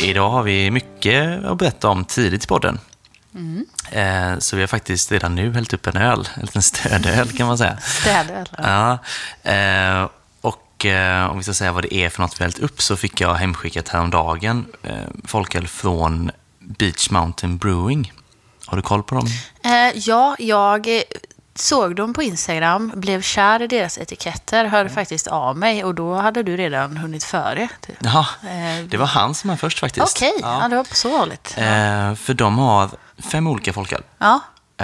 Idag har vi mycket att berätta om tidigt i podden. Så vi har faktiskt redan nu hällt upp en öl. En liten stödöl kan man säga. Stödöl? Ja. Och om vi ska säga vad det är för något vi har hällt upp, så fick jag hemskickat häromdagen folköl från Beach Mountain Brewing. Har du koll på dem? Ja, jag såg dem på Instagram, blev kär i deras etiketter, hörde faktiskt av mig och då hade du redan hunnit före. Typ. Ja, det var han som var först faktiskt. Okej, ja, det var så roligt. För de har 5 olika folköl. Ja.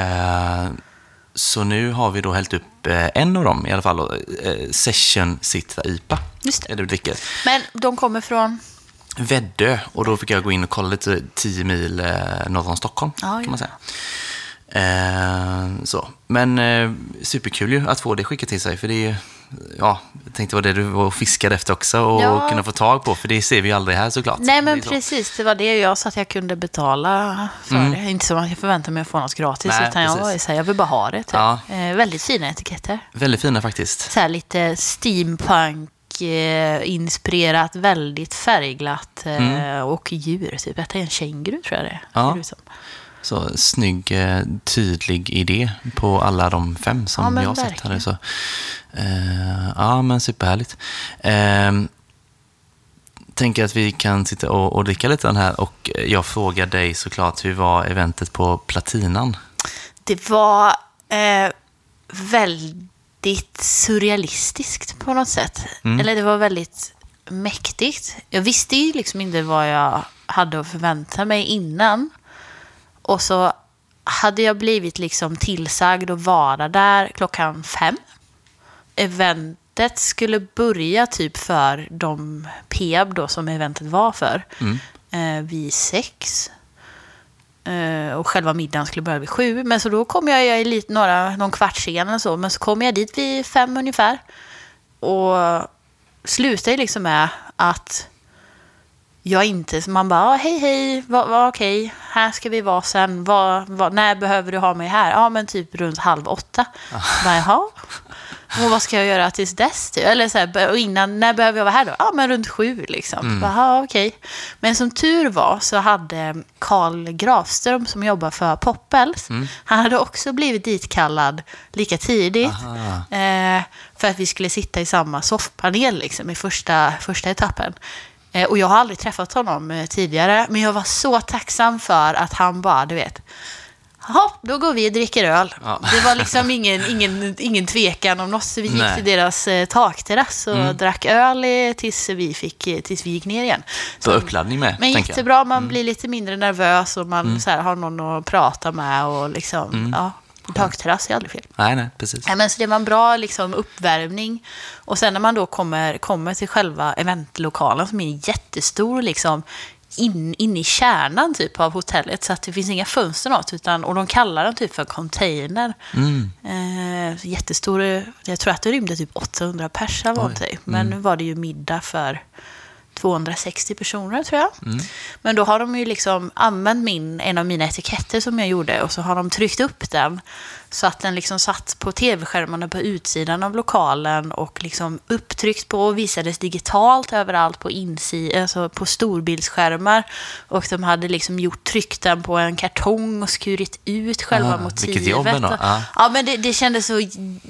Så nu har vi då hällt upp en av dem i alla fall, Session Citra IPA. Just det. Är det du dricker. Men de kommer från... Väddö, och då fick jag gå in och kolla lite 10 mil norr om Stockholm, kan man säga. Så. Men superkul ju att få det skickat till sig, för det är, jag tänkte vad det du var och fiskade efter också och kunna få tag på, för det ser vi ju aldrig här såklart. Nej, men precis, det var det jag sa, att jag kunde betala för det. Inte som att jag förväntar mig att få något gratis. Nej, utan jag vill bara ha det. Typ. Ja. Väldigt fina etiketter. Väldigt fina faktiskt. Så här lite steampunk inspirerat, väldigt färgglatt och djur. Typ. Detta är en känguru, tror jag det är. Ja. Så snygg, tydlig idé på alla de 5 som jag har sett här. Så, ja, men superhärligt. Tänker att vi kan sitta och dricka lite den här, och jag frågar dig såklart, hur var eventet på Platinan? Det var väldigt surrealistiskt på något sätt. Eller det var väldigt mäktigt. Jag visste ju liksom inte vad jag hade att förvänta mig innan. Och så hade jag blivit liksom tillsagd att vara där 5:00. Eventet skulle börja typ för de PEB då som eventet var för. Vid 6. Och själva middagen skulle börja vid 7. Men så då kom jag i lite någon kvart sen och så. Men så kom jag dit vid 5 ungefär. Och slutade liksom med att jag inte, man bara, hej, okej, här ska vi vara sen, när behöver du ha mig här? Ja, men typ runt 7:30. Jaha, och vad ska jag göra tills dess? Eller så här, och innan, när behöver jag vara här då? Ja, men runt 7 liksom. Jaha, okej. Men som tur var så hade Carl Grafström som jobbar för Poppels, han hade också blivit ditkallad lika tidigt. För att vi skulle sitta i samma soffpanel liksom, i första etappen. Och jag har aldrig träffat honom tidigare, men jag var så tacksam för att han bara, du vet, ja, då går vi och dricker öl. Ja. Det var liksom ingen tvekan om något, så vi gick till deras takterrass och drack öl tills vi gick ner igen. Så uppladdning med. Men jättebra, man blir lite mindre nervös och man så här, har någon att prata med och liksom, takterrass är aldrig fel. Nej, precis. Men så det var en bra liksom, uppvärmning. Och sen när man då kommer till själva eventlokalen som är jättestor liksom, in i kärnan typ av hotellet, så att det finns inga fönster något, och de kallar den typ för container. Jättestor, jag tror att det rymde typ 800 pers eller någonting. Men nu var det ju middag för 260 personer tror jag. Men då har de ju liksom använt en av mina etiketter som jag gjorde, och så har de tryckt upp den så att den liksom satt på tv-skärmarna på utsidan av lokalen och liksom upptryckt på och visades digitalt överallt på alltså på storbildsskärmar, och de hade liksom tryckt den på en kartong och skurit ut själva motivet. Vilket jobb ändå. Ja, men det kändes så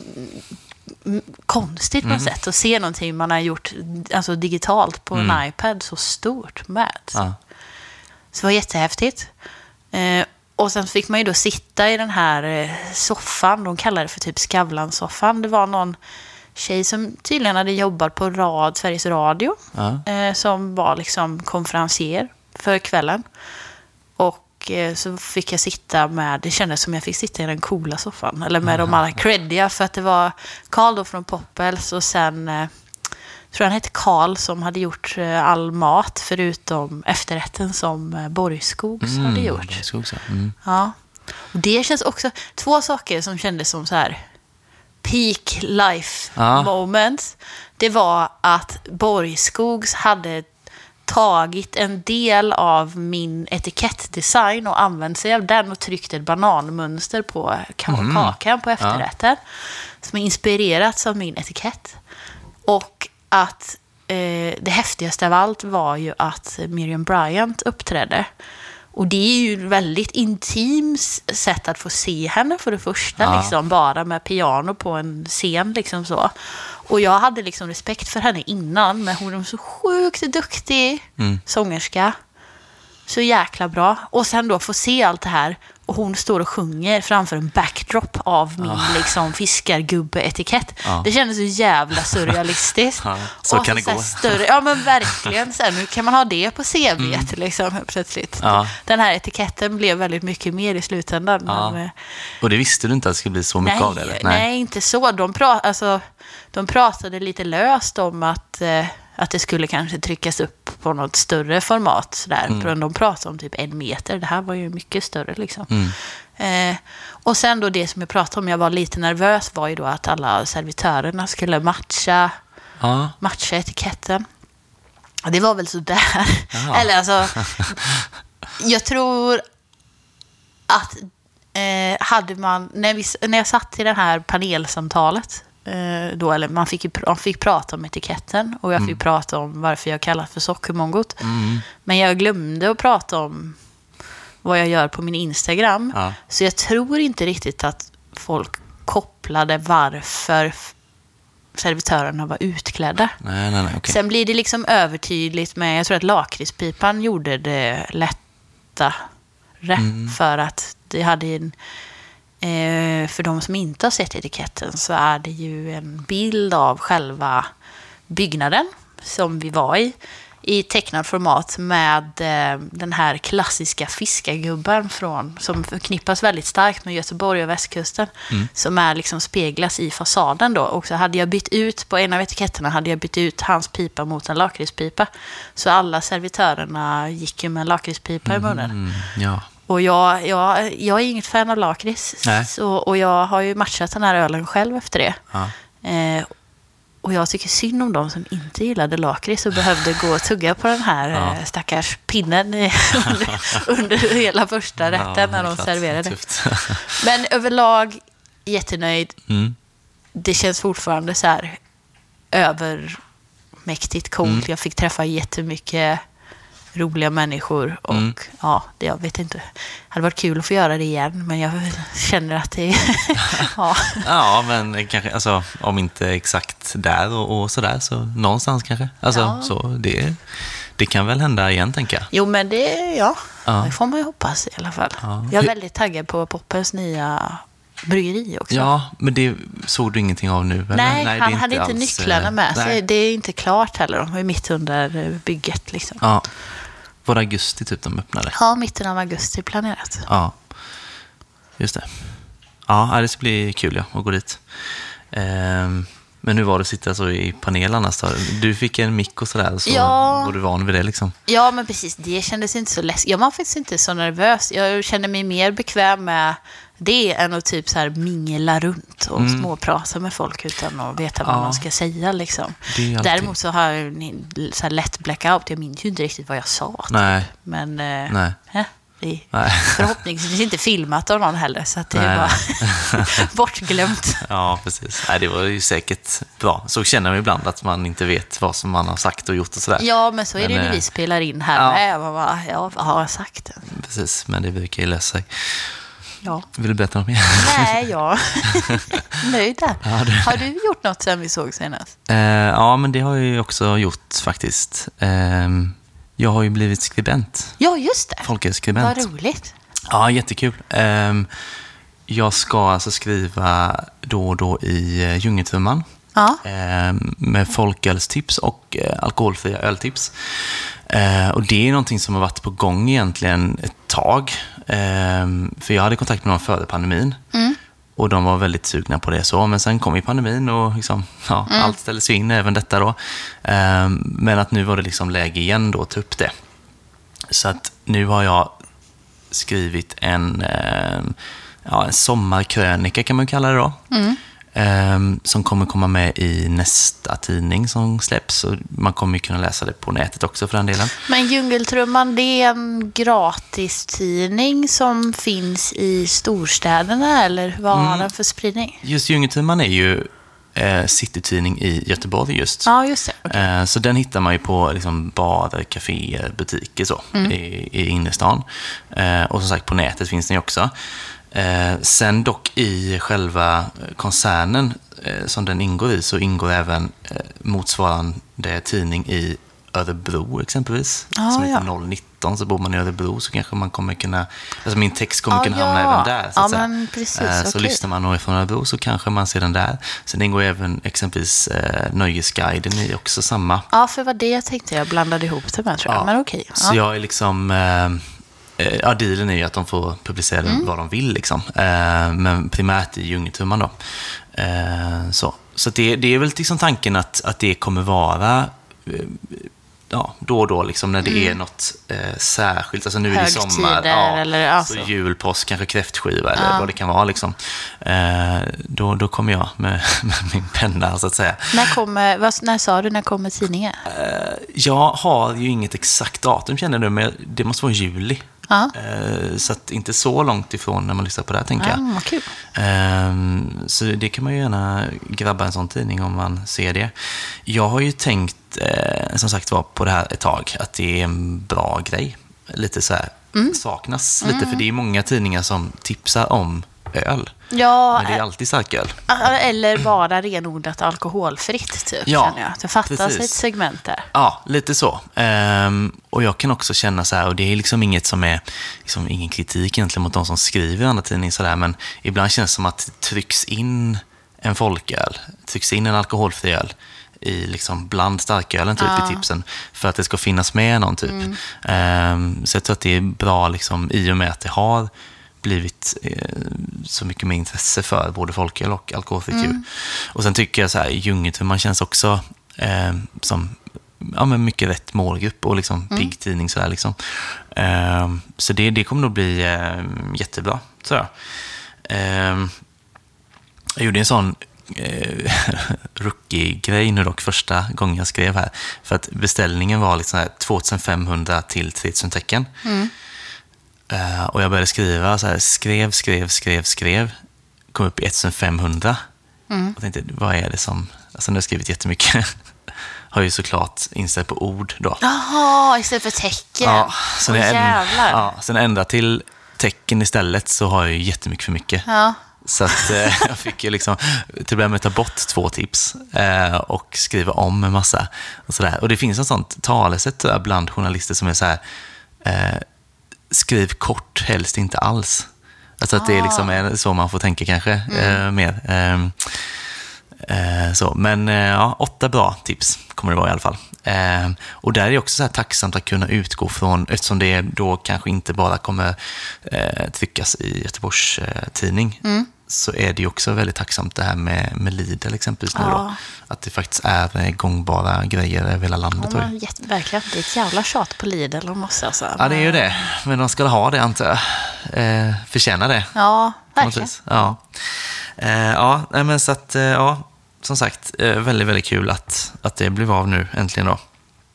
konstigt på något sätt att se någonting man har gjort alltså digitalt på en iPad så stort med. Så det var jättehäftigt. Och sen fick man ju då sitta i den här soffan. De kallar det för typ Skavlan-soffan. Det var någon tjej som tydligen hade jobbat på Sveriges Radio som var liksom konferencier för kvällen. Och så fick jag sitta med, det kändes som jag fick sitta i den coola soffan. Eller med de alla creddiga, för att det var Carl då från Poppels, och sen tror han hette Carl som hade gjort all mat förutom efterrätten som Borgskogs hade gjort. Borgskogs, ja. Och det känns också, 2 saker som kändes som så här peak life moments. Det var att Borgskogs hade tagit en del av min etikettdesign och använt sig av den och tryckt ett bananmönster på kakan på efterrätten som är inspirerats av min etikett. Och att det häftigaste av allt var ju att Miriam Bryant uppträdde. Och det är ju ett väldigt intimt sätt att få se henne för det första, liksom, bara med piano på en scen liksom så. Och jag hade liksom respekt för henne innan, men hon är så sjukt duktig sångerska. Så jäkla bra. Och sen då få se allt det här och hon står och sjunger framför en backdrop av min liksom fiskargubbe-etikett. Det kändes så jävla surrealistiskt. Så och kan det gå. Större, ja men verkligen. Så här, nu kan man ha det på CV:t liksom plötsligt. Den här etiketten blev väldigt mycket mer i slutändan. Men, och det visste du inte att det skulle bli så mycket av det? Eller? Nej, inte så. De pratade lite löst om att det skulle kanske tryckas upp på något större format. Sådär. De pratade om typ 1 meter. Det här var ju mycket större. Liksom. Och sen då det som jag pratade om, jag var lite nervös, var ju då att alla servitörerna skulle matcha etiketten. Och det var väl så där. Eller alltså, jag tror att hade man, när jag satt i det här panelsamtalet, då, eller man fick prata om etiketten och jag fick prata om varför jag kallas för sockermongot. Men jag glömde att prata om vad jag gör på min Instagram. Så jag tror inte riktigt att folk kopplade varför servitörerna var utklädda. Nej, okay. Sen blir det liksom övertydligt med, jag tror att lakritspipan gjorde det lättare för att det hade en för de som inte har sett etiketten så är det ju en bild av själva byggnaden som vi var i tecknad format med den här klassiska fiskargubben som förknippas väldigt starkt med Göteborg och västkusten, som är liksom speglas i fasaden då. Och så hade jag bytt ut, på en av etiketterna hade jag bytt ut hans pipa mot en lakritspipa. Så alla servitörerna gick ju med en lakritspipa i munnen. Och jag är inget fan av lakrits. Och jag har ju matchat den här ölen själv efter det. Och jag tycker synd om de som inte gillade lakrits och behövde gå och tugga på den här stackars pinnen under hela första rätten när de serverade. Men överlag jättenöjd. Det känns fortfarande så här övermäktigt coolt. Jag fick träffa jättemycket roliga människor och jag vet inte. Det hade varit kul att få göra det igen, men jag känner att det ja, men kanske, alltså, om inte exakt där och sådär, så någonstans kanske. Alltså, så det kan väl hända igen, tänker jag. Jo, men det får man ju hoppas i alla fall. Jag är väldigt taggad på Poppens nya bryggeri också. Ja, men det såg du ingenting av nu? Eller? Nej, han hade inte nycklarna med sig. Det är inte klart heller. De är mitt under bygget. Liksom. Ja. Var det augusti typ de öppnade? Ja, mitten av augusti planerat. Ja, just det. Ja, det ska bli kul att gå dit. Men nu var du sitter alltså i panel annars. Du fick en mick och sådär, så var du van vid det liksom. Ja, men precis. Det kändes inte så läskigt. Jag var faktiskt inte så nervös. Jag kände mig mer bekväm med det än att typ så här mingla runt och småprata med folk utan att veta vad man ska säga liksom. Däremot så har jag så här lätt blackout. Jag minns ju inte riktigt vad jag sa. Nej. Men förhoppningsvis inte filmat av någon heller, så att det är bara bortglömt. Ja, precis. Nej, det var ju säkert bra. Så känner man ibland att man inte vet vad som man har sagt och gjort och sådär. Ja, men så är det ju när vi spelar in här med. Vad har jag sagt? Precis, men det brukar ju lösa sig. Ja. Vill du berätta något mer? Nej, nöjd där. Har du gjort något sen vi såg senast? Ja, men det har jag ju också gjort faktiskt. Jag har ju blivit skribent. Ja, just det. Folkhälsoskribent. Vad roligt. Ja, jättekul. Jag ska alltså skriva då och då i Djungeltrumman. Ja. Med folkölstips och alkoholfria öltips. Och det är någonting som har varit på gång egentligen ett tag. För jag hade kontakt med dem före pandemin. Och de var väldigt sugna på det så. Men sen kom ju pandemin och liksom, allt ställdes in, även detta då. Men att nu var det liksom läge igen då att ta upp det. Så att nu har jag skrivit en sommarkrönika kan man kalla det då. Som kommer komma med i nästa tidning som släpps. Och man kommer ju kunna läsa det på nätet också för den delen. Men Djungeltrumman, det är en gratis tidning som finns i storstäderna, eller vad har den för spridning? Just Djungeltrumman är ju citytidning i Göteborg just. Ja, just det. Okay. Så den hittar man ju på liksom barer, kaféer, butiker så, i innerstan. Och som sagt, på nätet finns den ju också. Sen dock i själva koncernen som den ingår i, så ingår även motsvarande tidning i Örebro exempelvis, som heter 019. Så bor man i Örebro så kanske man kommer kunna, alltså min text kommer kunna hamna även där, så att säga. Men precis, så lyssnar man nog från Örebro så kanske man ser den där. Sen ingår även exempelvis Nöjesguiden i också samma. Ja, för vad det jag tänkte, jag blandade ihop det med, tror jag. Men okej. Så jag är liksom... dealen är ju att de får publicera vad de vill liksom. Men primärt i Djungeltumman då. Så det är väl liksom tanken att det kommer vara då och då liksom, när det är något särskilt. Alltså nu är det sommar, eller, så jul, påsk, kanske kräftskiva eller vad det kan vara liksom. Då kommer jag med min penna, så att säga. När sa du, när kommer tidningen? Jag har ju inget exakt datum, känner du, men det måste vara juli. Så att inte så långt ifrån när man lyssnar på det här, tänker jag. Vad kul. Så det kan man ju gärna grabba en sån tidning om man ser det. Jag har ju tänkt, som sagt var, på det här ett tag, att det är en bra grej. Lite så här, saknas lite, för det är många tidningar som tipsar om öl. Ja, men det är alltid starköl. Eller bara renodlat alkoholfritt, typ. Ja, det fattas ett segment där. Ja, lite så. Och jag kan också känna så här, och det är liksom inget som är liksom ingen kritik egentligen mot de som skriver andra tidningar så där, men ibland känns det som att det trycks in en folköl, trycks in en alkoholfri öl i liksom bland starkölen typ i tipsen, för att det ska finnas med någon typ. Så jag tror att det är bra liksom, i och med att det har blivit så mycket mer intresse för både folköl och alkoholfritt djur. Och sen tycker jag så här, Djungeltumman känns också som men mycket rätt målgrupp och liksom pigg tidning så här liksom. Så det kommer nog bli jättebra, tror jag. Jag gjorde en sån rookie-grej nu dock, första gången jag skrev här, för att beställningen var liksom här 2500 till 3000 tecken. Och jag började skriva så här, skrev, kom upp i 1500 och tänkte, vad är det som, alltså nu har jag skrivit jättemycket. Har ju såklart inställt på ord då. Jaha, istället för tecken. Ja, så sen ändra till tecken istället, så har jag ju jättemycket för mycket. Ja. Så att jag fick ju liksom till att börja med ta bort 2 tips och skriva om en massa och sådär. Och det finns en sånt talesätt bland journalister som är så här, skriv kort, helst inte alls. Alltså att det liksom är så man får tänka kanske mer. Så. Men 8 bra tips kommer det vara i alla fall. Och där är det också så här tacksamt att kunna utgå från, eftersom det då kanske inte bara kommer tryckas i Göteborgs tidning, så är det ju också väldigt tacksamt det här med Lidl exempelvis nu då. Att det faktiskt är gångbara grejer över hela landet. Verkligen, det är ett jävla tjat på Lidl och måste alltså. Ja, det är ju det. Men de ska ha det, antar jag. Förtjäna det. Ja, verkligen. Men så att, som sagt, väldigt, väldigt kul att det blev av nu äntligen då.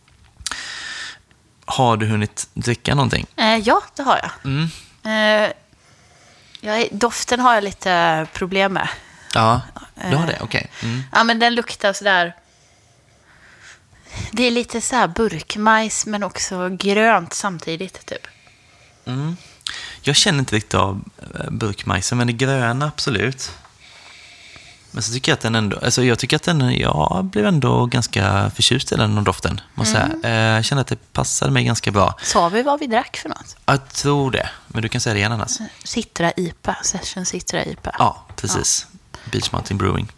Har du hunnit dricka någonting? Ja, det har jag. Doften har jag lite problem med. Ja, du har det, okej. Ja, men den luktar sådär. Det är lite så här burkmajs, men också grönt samtidigt, typ. Jag känner inte riktigt av burkmajsen, men det gröna, absolut. Men så tycker jag att den ändå, alltså jag blev ändå ganska förtjust i den doften, måste jag säga. Jag känner att det passade mig ganska bra. Sa vi vad vi drack för något? Jag tror det, men du kan säga det igen annars. Citra IPA, Session Citra IPA. Ja, precis. Beach Mountain Brewing.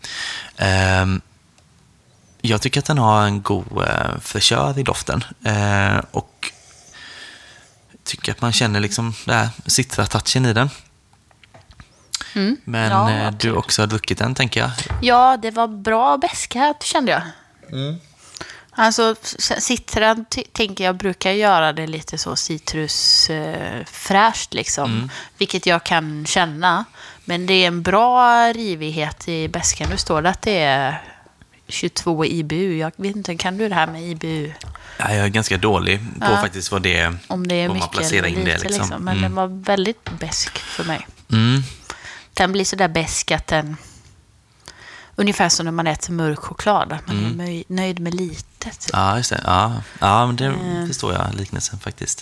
Jag tycker att den har en god fräschör i doften. Och tycker att man känner liksom det här citra-touchen i den. Men du också har druckit den, tänker jag. Ja, det var bra beska, kände jag. Alltså, citran tänker jag brukar göra det lite så citrusfräscht liksom. Vilket jag kan känna. Men det är en bra rivighet i beskan. Nu står det att det är 22 IBU. Jag vet inte, kan du det här med IBU? Ja, jag är ganska dålig på faktiskt vad det är, om det är man mycket placerar in lite, det liksom. Men den var väldigt besk för mig. Den blir så där besk att den ungefär som när man äter mörk choklad. Att man är nöjd med lite. Typ. Ja, just det. Ja, men det förstår jag liknelsen faktiskt.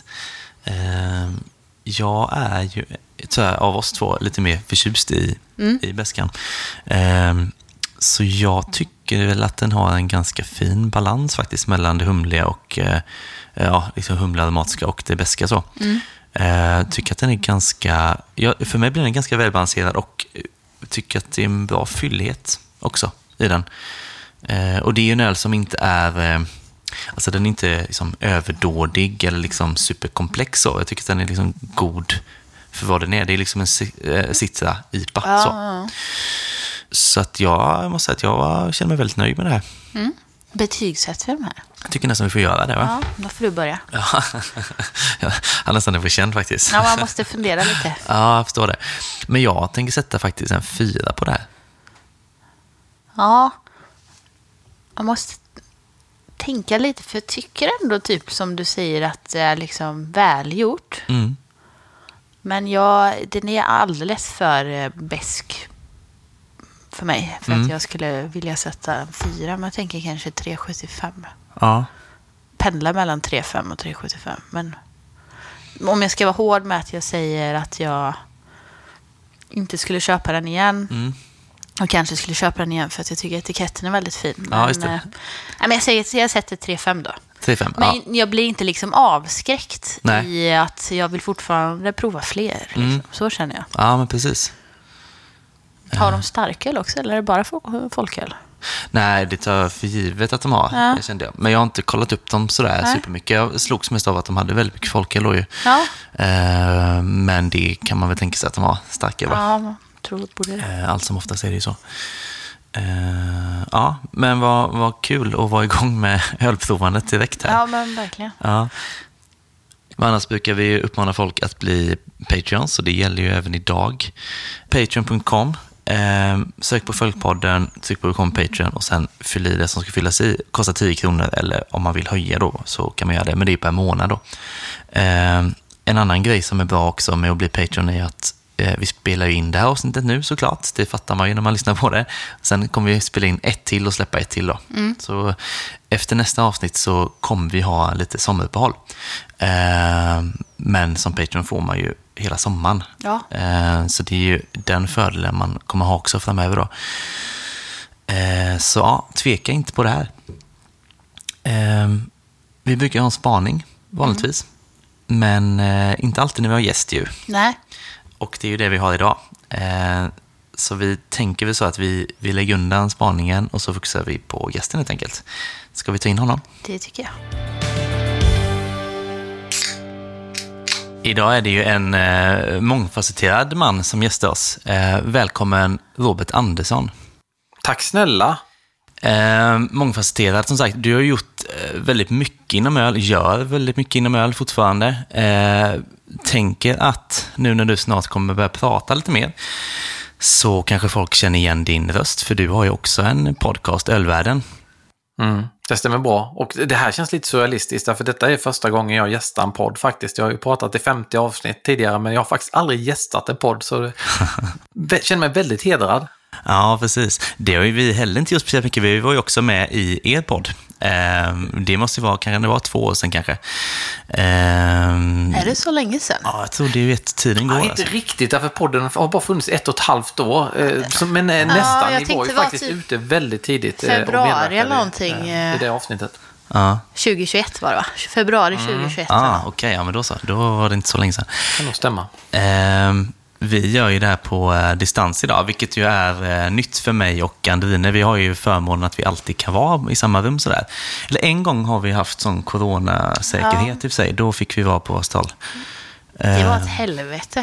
Jag är ju av oss två lite mer förtjust i beskan. Så jag tycker väl att den har en ganska fin balans faktiskt mellan det humliga och liksom humla aromatiska och det beska så. Tycker att den är ganska, för mig blir den ganska välbalanserad och tycker att det är en bra fyllighet också i den. Och det är ju en öl som inte är alltså den är inte liksom överdådig eller liksom superkomplex så. Jag tycker att den är liksom god för vad den är. Det är liksom en Citra IPA så. Så att jag måste säga att jag känner mig väldigt nöjd med det här. Betygsätter vi de här? Jag tycker nästan vi får göra det, va? Ja, då får du börja. Ja, jag har nästan det för känd faktiskt. Ja, man måste fundera lite. Ja, jag förstår det. Men jag tänker sätta faktiskt en 4 på det här. Ja, jag måste tänka lite, för jag tycker ändå typ som du säger att det är liksom välgjort. Men den är alldeles för besk för mig. För att jag skulle vilja sätta en 4, men jag tänker kanske 3,75. Ja. Pendla mellan 3,5 och 3,75. Men om jag ska vara hård med att jag säger att jag inte skulle köpa den igen. Och kanske skulle köpa den igen för att jag tycker etiketten är väldigt fin. Men, just det. Men jag sätter 3,5 då. 3,5, Men jag blir inte liksom avskräckt i att jag vill fortfarande prova fler. Liksom. Så känner jag. Ja, men precis. Har de starköl också eller är det bara folköl? Nej, det tar jag för givet att de har, det kände jag. Men jag har inte kollat upp dem sådär supermycket. Jag slogs mest av att de hade väldigt mycket folköl då ju. Men det kan man väl tänka sig att de har starköl, va? Ja, jag tror det borde det. Allt som oftast är det ju så. Men vad kul att vara igång med ölprovandet direkt här. Ja, men verkligen. Ja. Men annars brukar vi uppmana folk att bli Patreons, så det gäller ju även idag. Patreon.com. Sök på Följpodden, tryck på Patreon och sen fyll i det som ska fyllas i. Kostar 10 kronor, eller om man vill höja då så kan man göra det, men det är per månad då. En annan grej som är bra också med att bli Patreon är att vi spelar ju in det här avsnittet nu såklart. Det fattar man ju när man lyssnar på det. Sen kommer vi spela in ett till och släppa ett till då. Så efter nästa avsnitt så kommer vi ha lite sommaruppehåll. Men som Patreon får man ju hela sommaren. Ja. Så det är ju den fördelen man kommer ha också framöver då. Så tveka inte på det här. Vi brukar ha en spaning vanligtvis. Men inte alltid när vi har gäst ju. Nej. Och det är ju det vi har idag. Så vi tänker väl så att vi lägger undan spaningen och så fokuserar vi på gästen helt enkelt. Ska vi ta in honom? Det tycker jag. Idag är det ju en mångfacetterad man som gästar oss. Välkommen Robert Andersson. Tack snälla. Mångfacetterad som sagt. Du har gjort väldigt mycket inom öl, gör väldigt mycket inom öl fortfarande. Tänker att nu när du snart kommer börja prata lite mer så kanske folk känner igen din röst, för du har ju också en podcast, Ölvärlden. Det stämmer bra. Och det här känns lite surrealistiskt, för detta är första gången jag gästar en podd faktiskt. Jag har ju pratat i 50 avsnitt tidigare, men jag har faktiskt aldrig gästat en podd, så det känner mig väldigt hedrad. Ja, precis. Det har ju vi heller inte gjort speciellt mycket. Vi var ju också med i er podd. Det måste ju vara, kanske det var 2 år sedan kanske. Är det så länge sedan? Ja, jag tror det är vet tiden går. Ja, inte riktigt, därför podden har bara funnits 1,5 år. Men nästan, ni var ju faktiskt typ ute väldigt tidigt. Februari eller någonting. I det avsnittet. 2021 var det, va? Februari 2021. Okej, ja, men då så. Då var det inte så länge sedan. Kan nog stämma. Vi gör ju det här på distans idag, vilket ju är nytt för mig och Andrine. Vi har ju förmånen att vi alltid kan vara i samma rum sådär. Eller en gång har vi haft sån coronasäkerhet i sig. Då fick vi vara på Åstal. Det var ett helvete.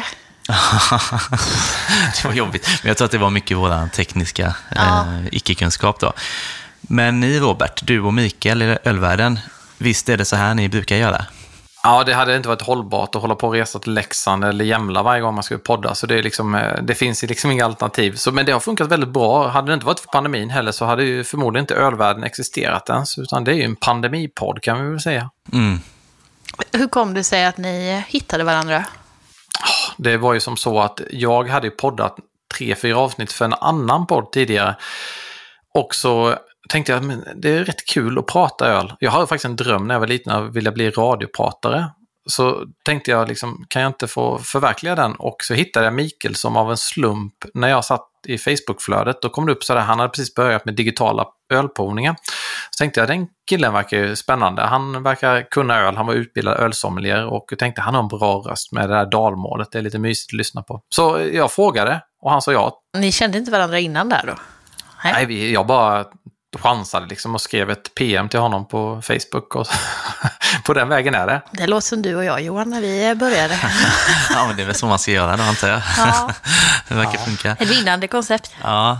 Det var jobbigt. Men jag tror att det var mycket våran tekniska icke-kunskap då. Men ni, Robert, du och Mikael i Ölvärlden, visst är det så här ni brukar göra? Ja, det hade inte varit hållbart att hålla på och resa till Leksand eller Jämla varje gång man skulle podda. Så det, är liksom, det finns liksom inga alternativ. Men det har funkat väldigt bra. Hade det inte varit för pandemin heller så hade ju förmodligen inte Ölvärlden existerat ens. Utan det är ju en pandemipodd, kan vi väl säga. Hur kom det sig att ni hittade varandra? Det var ju som så att jag hade poddat 3-4 avsnitt för en annan podd tidigare. Och så tänkte jag att det är rätt kul att prata öl. Jag hade faktiskt en dröm när jag var liten att vilja bli radiopratare. Så tänkte jag liksom, kan jag inte få förverkliga den? Och så hittade jag Mikael som av en slump när jag satt i Facebook-flödet. Då kom det upp så där, han hade precis börjat med digitala ölprovningar. Så tänkte jag, den killen verkar ju spännande. Han verkar kunna öl, han var utbildad ölsommelier och jag tänkte, han har en bra röst med det där dalmålet. Det är lite mysigt att lyssna på. Så jag frågade och han sa ja. Ni kände inte varandra innan där då? Nej, jag bara chansade liksom och skrev ett PM till honom på Facebook och på den vägen är det. Det låter som du och jag, Johan, när vi började. Ja, men det är väl så man ska göra då, antar jag. Ja. Det verkar funka. Ett vinnande koncept. Ja.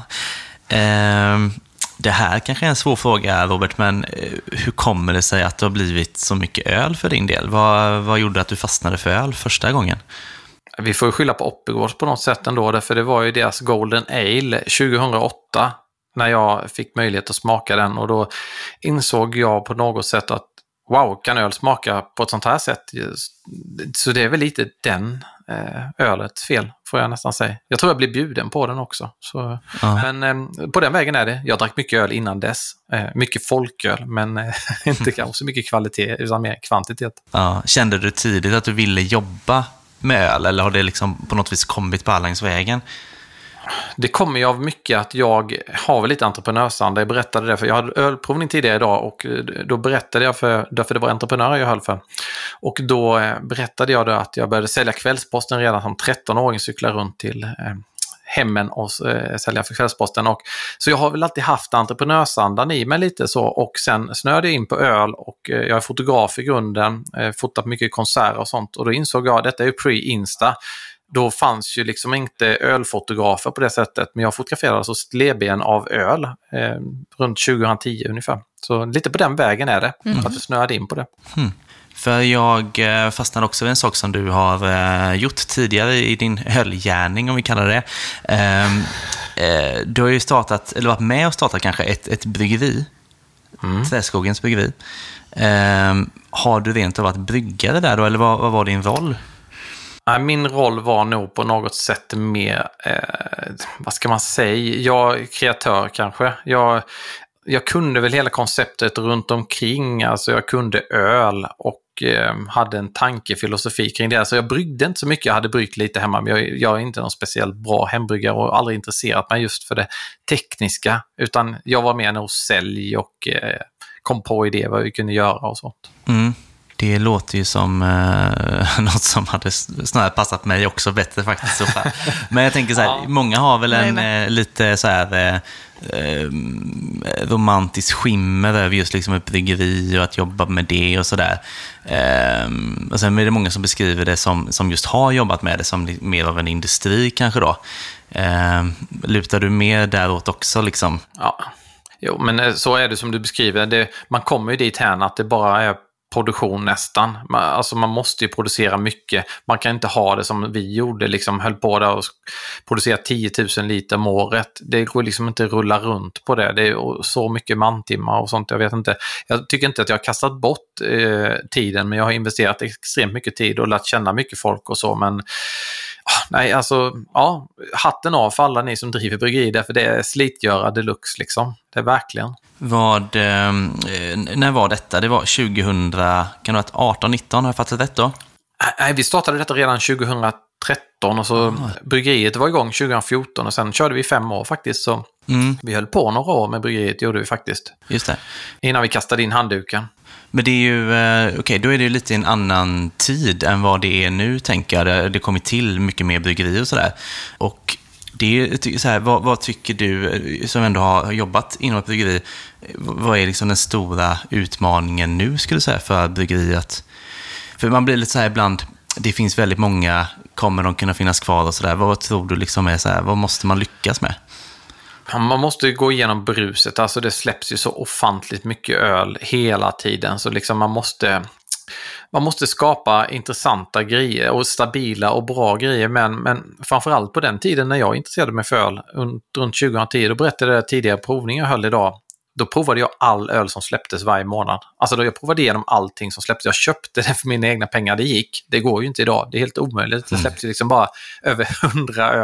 Det här kanske är en svår fråga, Robert, men hur kommer det sig att det har blivit så mycket öl för din del? Vad gjorde att du fastnade för öl första gången? Vi får skylla på Oppigårds på något sätt ändå, därför det var ju deras Golden Ale 2008 när jag fick möjlighet att smaka den, och då insåg jag på något sätt att wow, kan öl smaka på ett sånt här sätt? Så det är väl lite den ölets fel, får jag nästan säga. Jag tror jag blir bjuden på den också. Så, ja. Men på den vägen är det. Jag drack mycket öl innan dess. Mycket folköl, men inte kanske så mycket kvalitet, utan mer kvantitet. Ja. Kände du tidigt att du ville jobba med öl, eller har det liksom på något vis kommit på Allangsvägen? Det kommer ju av mycket att jag har väl lite entreprenörsanda. Jag berättade det, för jag hade ölprovning tidigare idag och då berättade jag därför det var entreprenörer jag höll för. Och då berättade jag då att jag började sälja Kvällsposten redan som 13-åring, cykla runt till hemmen och sälja för Kvällsposten. Och, så jag har väl alltid haft entreprenörsandan i mig lite så, och sen snöade jag in på öl och jag är fotograf i grunden, fotat mycket konserter och sånt, och då insåg jag att detta är ju pre-Insta. Då fanns ju liksom inte ölfotografer på det sättet, men jag fotograferade alltså stilleben av öl runt 2010 ungefär. Så lite på den vägen är det, att du snöade in på det. För jag fastnade också vid en sak som du har gjort tidigare i din ölgärning, om vi kallar det. Du har ju startat, eller varit med och startat kanske ett bryggeri, Träskogens bryggeri. Har du rent av varit bryggare där då, eller vad var din roll? Min roll var nog på något sätt mer, vad ska man säga, jag är kreatör kanske. Jag kunde väl hela konceptet runt omkring, alltså jag kunde öl och hade en tankefilosofi kring det. Så jag bryggde inte så mycket, jag hade bryggt lite hemma, men jag är inte någon speciellt bra hembryggare och aldrig intresserat mig just för det tekniska, utan jag var mer nog sälj och kom på idéer vad vi kunde göra och sånt. Det låter ju som något som hade snarare passat mig också bättre faktiskt. Så fall. Men jag tänker så här, många har väl en lite så här romantisk skimmer över just liksom ett bryggeri och att jobba med det och sådär. Och sen är det många som beskriver det som just har jobbat med det som mer av en industri kanske då. Lutar du mer däråt också liksom? Ja, jo, men så är det som du beskriver. Man kommer ju dit här att det bara är produktion nästan. Alltså man måste ju producera mycket. Man kan inte ha det som vi gjorde, liksom höll på där och producera 10 000 liter om året. Det går liksom inte att rulla runt på det. Det är så mycket mantimmar och sånt. Jag vet inte. Jag tycker inte att jag har kastat bort tiden, men jag har investerat extremt mycket tid och lärt känna mycket folk och så, men nej, alltså, ja, hatten av för alla ni som driver bryggeri, därför det är slitgöra deluxe liksom. Det är verkligen. När var detta? Det var 2000, kan det vara 18-19, har jag fattat rätt då? Nej, vi startade detta redan 2013 och så bryggeriet var igång 2014 och sen körde vi 5 år faktiskt, så vi höll på några år med bryggeriet, gjorde vi faktiskt. Just det. Innan vi kastade in handduken. Men det är ju, okej, då är det ju lite en annan tid än vad det är nu, tänker jag. Det kommer till mycket mer bryggerier och sådär. Och det är så här, vad tycker du som ändå har jobbat inom ett bryggeri, vad är liksom den stora utmaningen nu, skulle du säga, för bryggeriet? För man blir lite så här ibland, det finns väldigt många, kommer de kunna finnas kvar och sådär. Vad tror du liksom är så här, vad måste man lyckas med? Man måste gå igenom bruset, alltså det släpps ju så ofantligt mycket öl hela tiden, så liksom man måste skapa intressanta grejer och stabila och bra grejer, men framförallt på den tiden när jag intresserade mig för öl runt 2010, då berättade jag tidigare provningar jag höll idag. Då provade jag all öl som släpptes varje månad. Alltså då jag provade igenom allting som släpptes. Jag köpte det för mina egna pengar. Det gick. Det går ju inte idag. Det är helt omöjligt. Det släpps liksom bara över 100 öl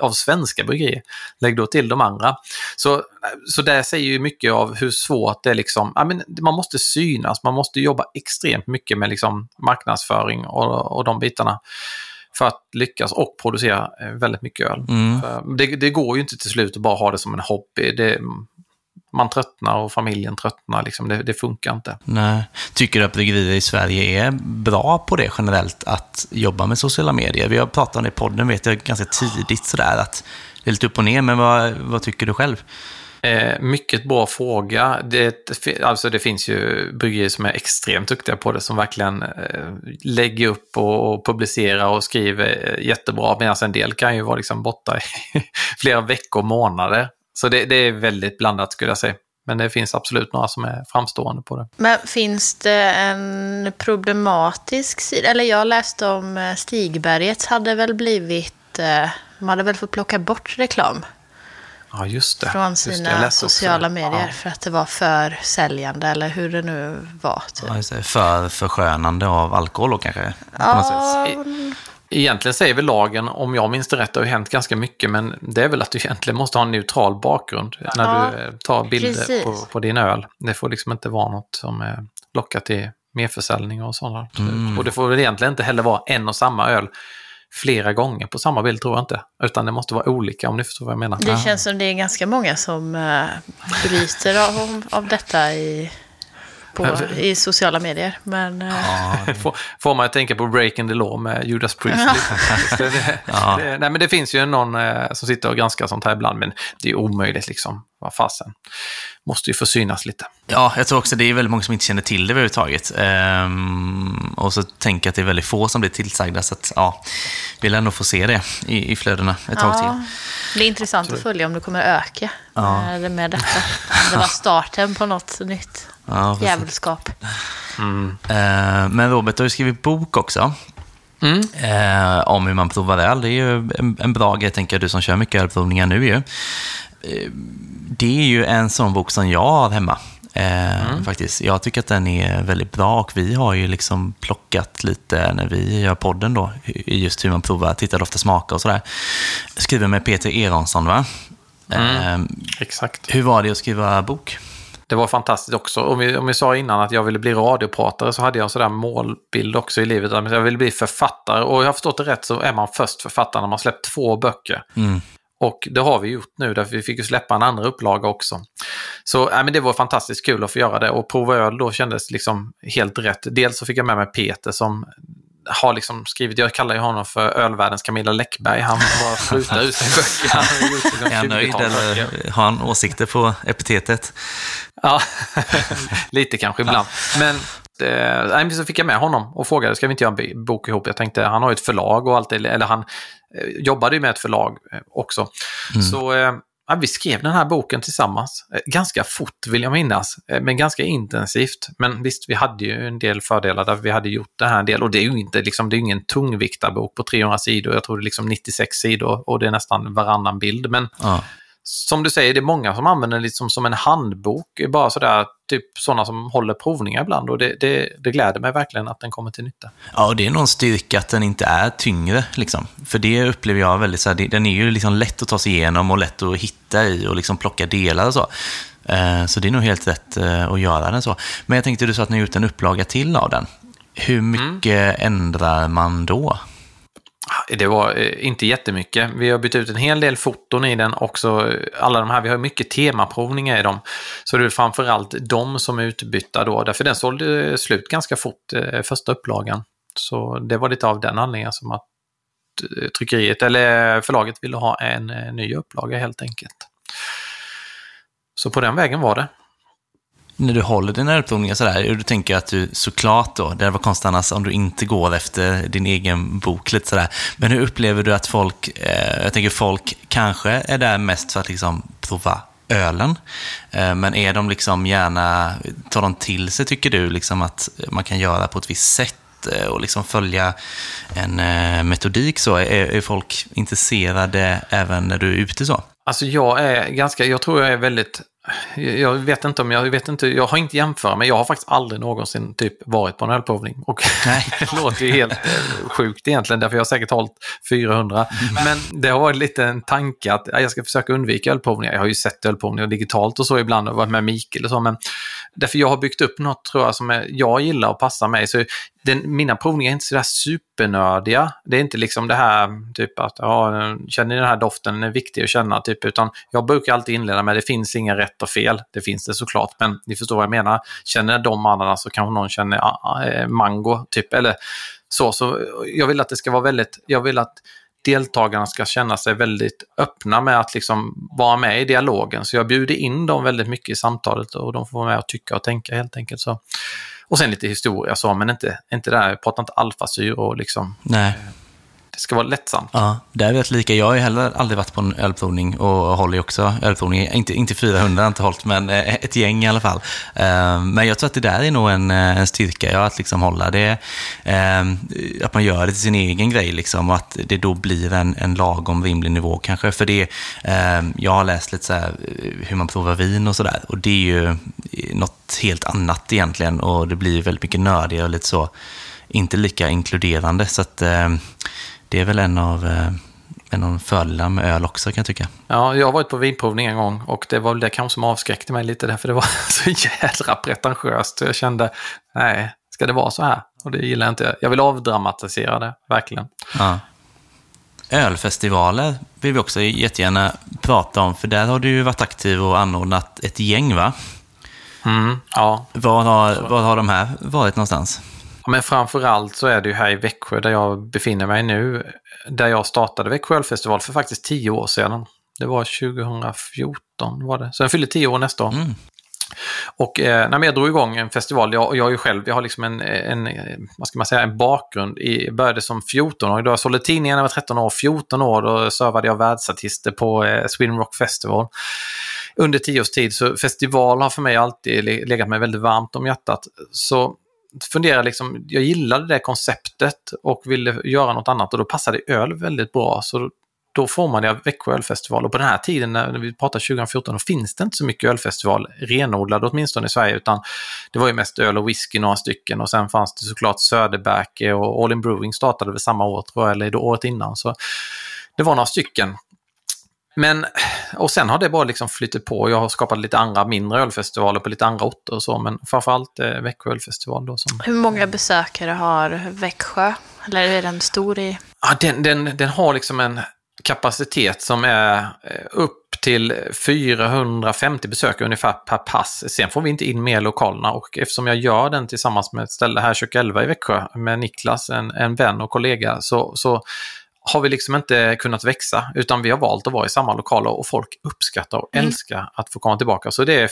av svenska bryggerier. Lägg då till de andra. Så det säger ju mycket av hur svårt det är liksom, man måste synas, man måste jobba extremt mycket med liksom marknadsföring och de bitarna för att lyckas och producera väldigt mycket öl. Det går ju inte till slut att bara ha det som en hobby. Man tröttnar och familjen tröttnar. Liksom. Det funkar inte. Nej. Tycker du att bryggerier i Sverige är bra på det generellt, att jobba med sociala medier? Vi har pratat om det i podden, vet jag, ganska tidigt sådär, att det är lite upp och ner, men vad tycker du själv? Mycket bra fråga. Det finns ju bryggerier som är extremt duktiga på det, som verkligen lägger upp och publicerar och skriver jättebra, medan en del kan ju vara liksom borta i flera veckor, månader. Så det är väldigt blandat, skulle jag säga. Men det finns absolut några som är framstående på det. Men finns det en problematisk sida? Eller jag läste om Stigbergets hade väl blivit... De hade väl fått plocka bort reklam. Ja, just det. Från sina sociala medier för att det var för säljande, eller hur det nu var. Typ. Ja, just det. För förskönande av alkohol kanske. Ja. Egentligen säger väl lagen, om jag minns det rätt, det har ju hänt ganska mycket, men det är väl att du egentligen måste ha en neutral bakgrund när du tar bilder på din öl. Det får liksom inte vara något som lockar till merförsäljning och sådant. Och det får väl egentligen inte heller vara en och samma öl flera gånger på samma bild, tror jag inte. Utan det måste vara olika, om ni förstår vad jag menar. Det känns som det är ganska många som bryter av detta i sociala medier. Men, får man tänka på Breaking the Law med Judas Priest. Nej, men det finns ju någon som sitter och granskar sånt här ibland, men det är omöjligt liksom. Vad fasen. Måste ju få synas lite. Ja, jag tror också det är väldigt många som inte känner till det överhuvudtaget. Och så tänker jag att det är väldigt få som blir tillsagda, så att vi lär nog få se det i flödena ett tag till. Det är intressant att följa om det kommer öka med detta. Det var starten på något nytt. Djävulskap. Men Robert har ju skrivit bok också. Om hur man provar öl. Det är ju en bra grej, tänker jag, du som kör mycket ölprovningar nu ju. Det är ju en sån bok som jag har hemma. Faktiskt. Jag tycker att den är väldigt bra, och vi har ju liksom plockat lite när vi gör podden då, just hur man provar, tittar ofta smaka och sådär. Skriver med Peter Eronsson, va? Exakt. Hur var det att skriva bok? Det var fantastiskt också. Om vi sa innan att jag ville bli radiopratare, så hade jag en sådär målbild också i livet. Jag ville bli författare, och jag har förstått det rätt, så är man först författare när man släppt 2 böcker. Och det har vi gjort nu, därför vi fick ju släppa en andra upplaga också. Så men det var fantastiskt kul att få göra det. Och prova öl då kändes liksom helt rätt. Dels så fick jag med mig Peter som har liksom skrivit, jag kallar ju honom för ölvärldens Camilla Läckberg. Han bara slutar ut sig böcker. Är han nöjd, eller har han åsikter på epitetet? Ja, lite kanske ibland. Men så fick jag med honom och frågade, ska vi inte göra en bok ihop? Jag tänkte, han har ju ett förlag och allt det, eller han jobbade ju med ett förlag också. Så vi skrev den här boken tillsammans. Ganska fort, vill jag minnas, men ganska intensivt. Men visst, vi hade ju en del fördelar där vi hade gjort det här en del. Och det är ju inte liksom, det är ingen tungviktarbok på 300 sidor. Jag tror det är liksom 96 sidor och det är nästan varannan bild. Men som du säger, det är många som använder det liksom som en handbok. Bara sådär, typ sådana som håller provningar ibland. Och det gläder mig verkligen att den kommer till nytta. Ja, och det är någon styrka att den inte är tyngre. Liksom. För det upplever jag väldigt så här, den är ju liksom lätt att ta sig igenom och lätt att hitta i och liksom plocka delar och så. Så det är nog helt rätt att göra den så. Men jag tänkte, du sa att ni har gjort en upplaga till av den. Hur mycket ändrar man då? Det var inte jättemycket. Vi har bytt ut en hel del foton i den också. Alla de här, vi har mycket temaprovningar i dem. Så det är framförallt de som är utbytta då. Därför den sålde slut ganska fort, första upplagan. Så det var lite av den anledningen som att tryckeriet eller förlaget ville ha en ny upplaga helt enkelt. Så på den vägen var det. När du håller dina ölprovningar sådär, du tänker att du såklart då, det var konstigt annars om du inte går efter din egen bok lite sådär. Men hur upplever du att folk, jag tänker folk kanske är där mest för att liksom prova ölen, men är de liksom gärna, tar de till sig, tycker du liksom att man kan göra på ett visst sätt och liksom följa en metodik så? Är folk intresserade även när du är ute så? Alltså jag tror jag är väldigt Jag vet inte, jag har inte jämfört, men jag har faktiskt aldrig någonsin typ varit på en ölprovning. Och det låter ju helt sjukt egentligen, därför jag har säkert hållit 400. Men det har varit lite en tanke att jag ska försöka undvika ölprovningar. Jag har ju sett ölprovningar digitalt och så ibland och varit med Mikael och så, men därför jag har byggt upp något, tror jag, som jag gillar och passar mig. Så mina provningar är inte så där supernördiga. Det är inte liksom det här typ att känner ni den här doften, den är viktig att känna typ, utan jag brukar alltid inleda med det finns inga rätt och fel. Det finns det såklart, men ni förstår vad jag menar. Känner de andra så kanske någon känner mango typ, eller så jag vill att det ska vara jag vill att deltagarna ska känna sig väldigt öppna med att liksom vara med i dialogen. Så jag bjuder in dem väldigt mycket i samtalet och de får vara med och tycka och tänka helt enkelt. Så. Och sen lite historia så, men inte där, jag pratar inte alfasyr och liksom... Nej. Det ska vara lättsamt. Ja, det är lite lika. Jag har ju heller aldrig varit på en ölprovning och håller ju också ölprovning. Inte 400 inte hållit, men ett gäng i alla fall. Men jag tror att det där är nog en styrka, att liksom hålla det, att man gör det till sin egen grej liksom, och att det då blir en lagom rimlig nivå kanske. För det, jag har läst lite så här, hur man provar vin och sådär, och det är ju något helt annat egentligen, och det blir väldigt mycket nördigare och lite så, inte lika inkluderande, så att det är väl en av fördelarna med öl också, kan jag tycka. Ja, jag har varit på vinprovning en gång och det var väl det kanske som avskräckte mig lite, därför det var så jädra pretentiöst. Jag kände, nej, ska det vara så här? Och det gillar jag inte. Jag vill avdramatisera det, verkligen. Ja. Ölfestivaler vill vi också jättegärna prata om, för där har du ju varit aktiv och anordnat ett gäng, va? Ja. Var har de här varit någonstans? Ja, men framförallt så är det ju här i Växjö där jag befinner mig nu, där jag startade Växjö ölfestival för faktiskt 10 år sedan. Det var 2014 var det. Så jag fyller 10 år nästa år. Och när jag drog igång en festival, jag har liksom en vad ska man säga, en bakgrund. Jag började som 14-årig, då jag sålde tidningar när jag var 13 år. 14 år då servade jag världsartister på Sweden Rock Festival. Under 10 års tid, så festival har för mig alltid legat mig väldigt varmt om hjärtat. Så funderar liksom, jag gillade det konceptet och ville göra något annat, och då passade öl väldigt bra, så då får man det av Växjö ölfestival. Och på den här tiden, när vi pratar 2014, då finns det inte så mycket ölfestival renodlad åtminstone i Sverige, utan det var ju mest öl och whisky, några stycken, och sen fanns det såklart Söderberke och All In Brewing startade väl samma år, tror jag, eller det året innan, så det var några stycken. Men, och sen har det bara liksom flyttat på. Jag har skapat lite andra mindre ölfestivaler på lite andra orter och så, men framförallt Växjö ölfestival då. Hur många besökare har Växjö? Eller är den stor i? Ja, den har liksom en kapacitet som är upp till 450 besökare ungefär per pass. Sen får vi inte in mer lokalerna, och eftersom jag gör den tillsammans med ett ställe här, Kök 11 i Växjö, med Niklas, en vän och kollega, så har vi liksom inte kunnat växa, utan vi har valt att vara i samma lokaler, och folk uppskattar och älskar att få komma tillbaka. Så det är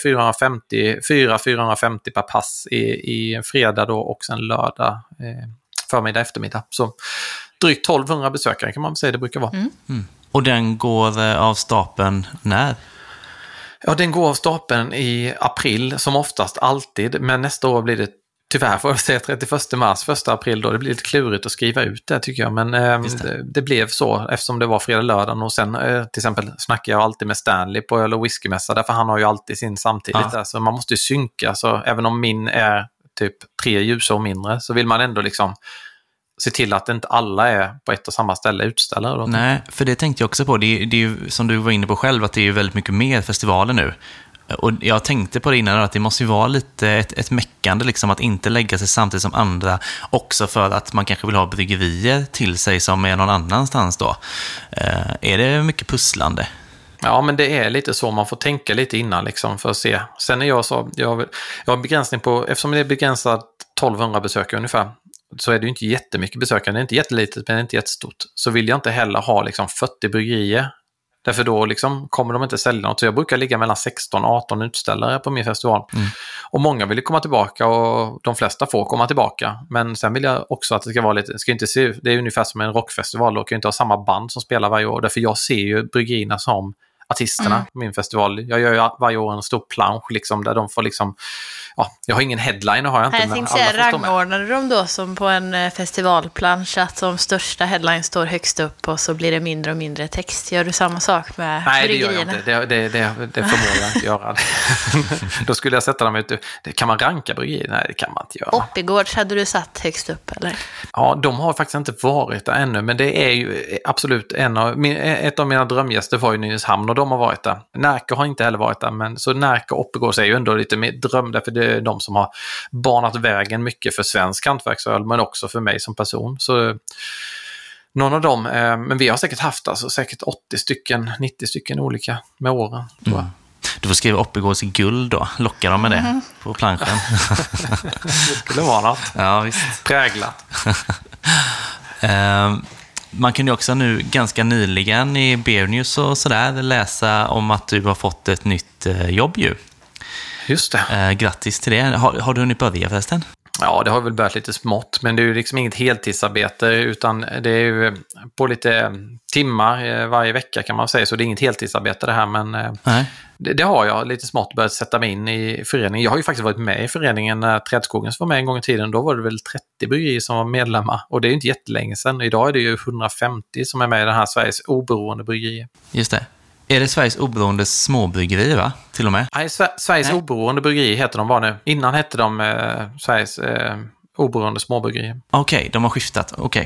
450 per pass i fredag då, och sen lördag förmiddag, eftermiddag. Så drygt 1200 besökare kan man säga det brukar vara. Och den går av stapeln när? Ja, den går av stapeln i april som oftast alltid, men nästa år blir det tyvärr får jag säga 31 mars, 1 april då. Det blir lite klurigt att skriva ut det tycker jag, men det blev så eftersom det var fredag lördagen, och sen till exempel snackar jag alltid med Stanley på öl- och whiskymässa, därför han har ju alltid sin samtidigt där, så man måste ju synka, så även om min är typ 3 ljusår mindre, så vill man ändå liksom se till att inte alla är på ett och samma ställe utställare. Då. Nej, för det tänkte jag också på. Det är ju som du var inne på själv, att det är ju väldigt mycket mer festivaler nu. Och jag tänkte på det innan, att det måste ju vara lite ett mäckande liksom, att inte lägga sig samtidigt som andra, också för att man kanske vill ha bryggerier till sig som är någon annanstans då. Är det mycket pusslande? Ja, men det är lite så, man får tänka lite innan liksom för att se. Sen är jag har begränsning på, eftersom det är begränsat 1200 besökare ungefär, så är det ju inte jättemycket besökare. Det är inte jättelitet, men det är inte jättestort. Så vill jag inte heller ha liksom 40 bryggerier. Därför då liksom kommer de inte sälja något. Så jag brukar ligga mellan 16 och 18 utställare på min festival. Och många vill komma tillbaka, och de flesta får komma tillbaka. Men sen vill jag också att det ska vara lite, det är ungefär som en rockfestival. Då kan ju inte ha samma band som spelar varje år. Därför jag ser ju bryggerierna som artisterna på min festival. Jag gör ju varje år en stor plansch liksom, där de får liksom jag har ingen headline, har jag inte. Jag tänkte säga, rangordnade de då som på en festivalplansch att de största headline står högst upp och så blir det mindre och mindre text. Gör du samma sak med bryggerierna? Nej, det gör jag inte. Det förmår jag inte göra. Då skulle jag sätta dem ut. Kan man ranka bryggerier? Nej, det kan man inte göra. Oppigårds hade du satt högst upp, eller? Ja, de har faktiskt inte varit där ännu, men det är ju absolut ett av mina drömgäster var ju Nynäshamn och de har varit där. Närke har inte heller varit där, men så Närke och Oppigårds är ju ändå lite mer dröm, därför det är de som har banat vägen mycket för svensk hantverksöl, men också för mig som person. Så någon av dem, men vi har säkert haft säkert 90 stycken olika med åren, tror jag. Du får skriva Oppigårds i guld då. Locka dem med det på planschen. Det skulle vara något. Ja, visst. Präglat. Man kunde också nu ganska nyligen i Beer News och sådär läsa om att du har fått ett nytt jobb ju. Just det. Grattis till det. Har du hunnit börja förresten? Ja, det har väl börjat lite smått, men det är ju liksom inget heltidsarbete, utan det är ju på lite timmar varje vecka kan man säga, så det är inget heltidsarbete det här, men det har jag lite smått börjat sätta mig in i föreningen. Jag har ju faktiskt varit med i föreningen när Trädskogen var med en gång i tiden. Då var det väl 30 bryggerier som var medlemmar, och det är ju inte jättelänge sedan. Idag är det ju 150 som är med i den här Sveriges oberoende bryggeri. Just det. Är det Sveriges oberoende småbryggeri, va? Till och med? Nej, Sveriges oberoende bryggeri heter de bara nu. Innan hette de Sveriges oberoende småbryggeri. Okej, de har skiftat. Okej.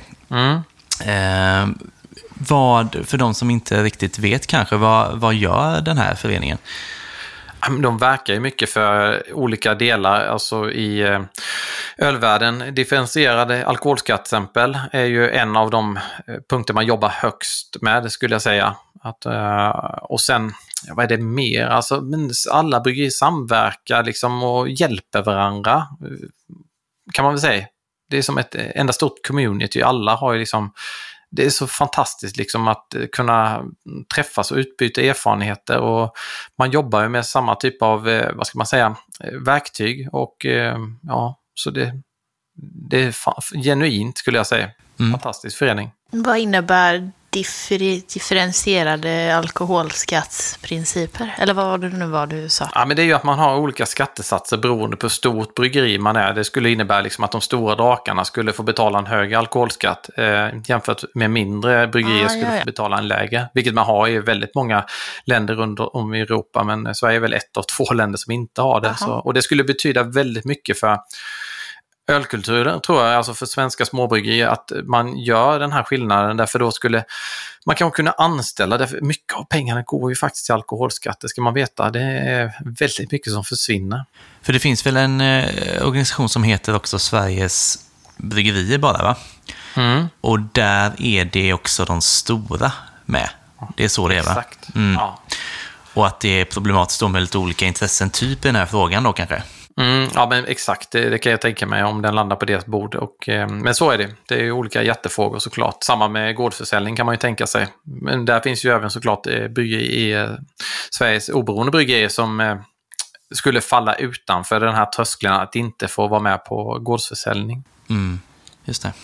Vad, för de som inte riktigt vet kanske, vad gör den här föreningen? De verkar ju mycket för olika delar, alltså i ölvärlden. Differentierade alkoholskatt exempel är ju en av de punkter man jobbar högst med, skulle jag säga. Och sen, vad är det mer? Alltså, alla bryggerier samverkar liksom och hjälper varandra, kan man väl säga. Det är som ett enda stort community. Alla har ju liksom, det är så fantastiskt liksom att kunna träffas och utbyta erfarenheter, och man jobbar ju med samma typ av, vad ska man säga, verktyg, och så det är genuint, skulle jag säga. Fantastisk förening. Vad innebär differentierade alkoholskattsprinciper? Eller vad var det nu var du sa? Ja, men det är ju att man har olika skattesatser beroende på hur stort bryggeri man är. Det skulle innebära liksom att de stora drakarna skulle få betala en högre alkoholskatt jämfört med mindre bryggerier skulle få betala en lägre. Vilket man har i väldigt många länder runt om i Europa, men Sverige är väl ett av 2 länder som inte har det. Så, och det skulle betyda väldigt mycket för ölkulturen, tror jag, alltså för svenska småbryggerier, att man gör den här skillnaden, därför då skulle man kanske kunna anställa, därför mycket av pengarna går ju faktiskt till alkoholskatter, ska man veta. Det är väldigt mycket som försvinner. För det finns väl en organisation som heter också Sveriges bryggerier bara, va? Och där är det också de stora med. Det är så det är, va? Exakt. Ja. Och att det är problematiskt då med lite olika intressen, typ i den här frågan då kanske? Ja, men exakt. Det kan jag tänka mig om den landar på deras bord. Men så är det. Det är ju olika jättefrågor såklart. Samma med gårdsförsäljning kan man ju tänka sig. Men där finns ju även såklart Sveriges oberoende bryggerier som skulle falla utanför den här tröskeln att inte få vara med på gårdsförsäljning. Just det.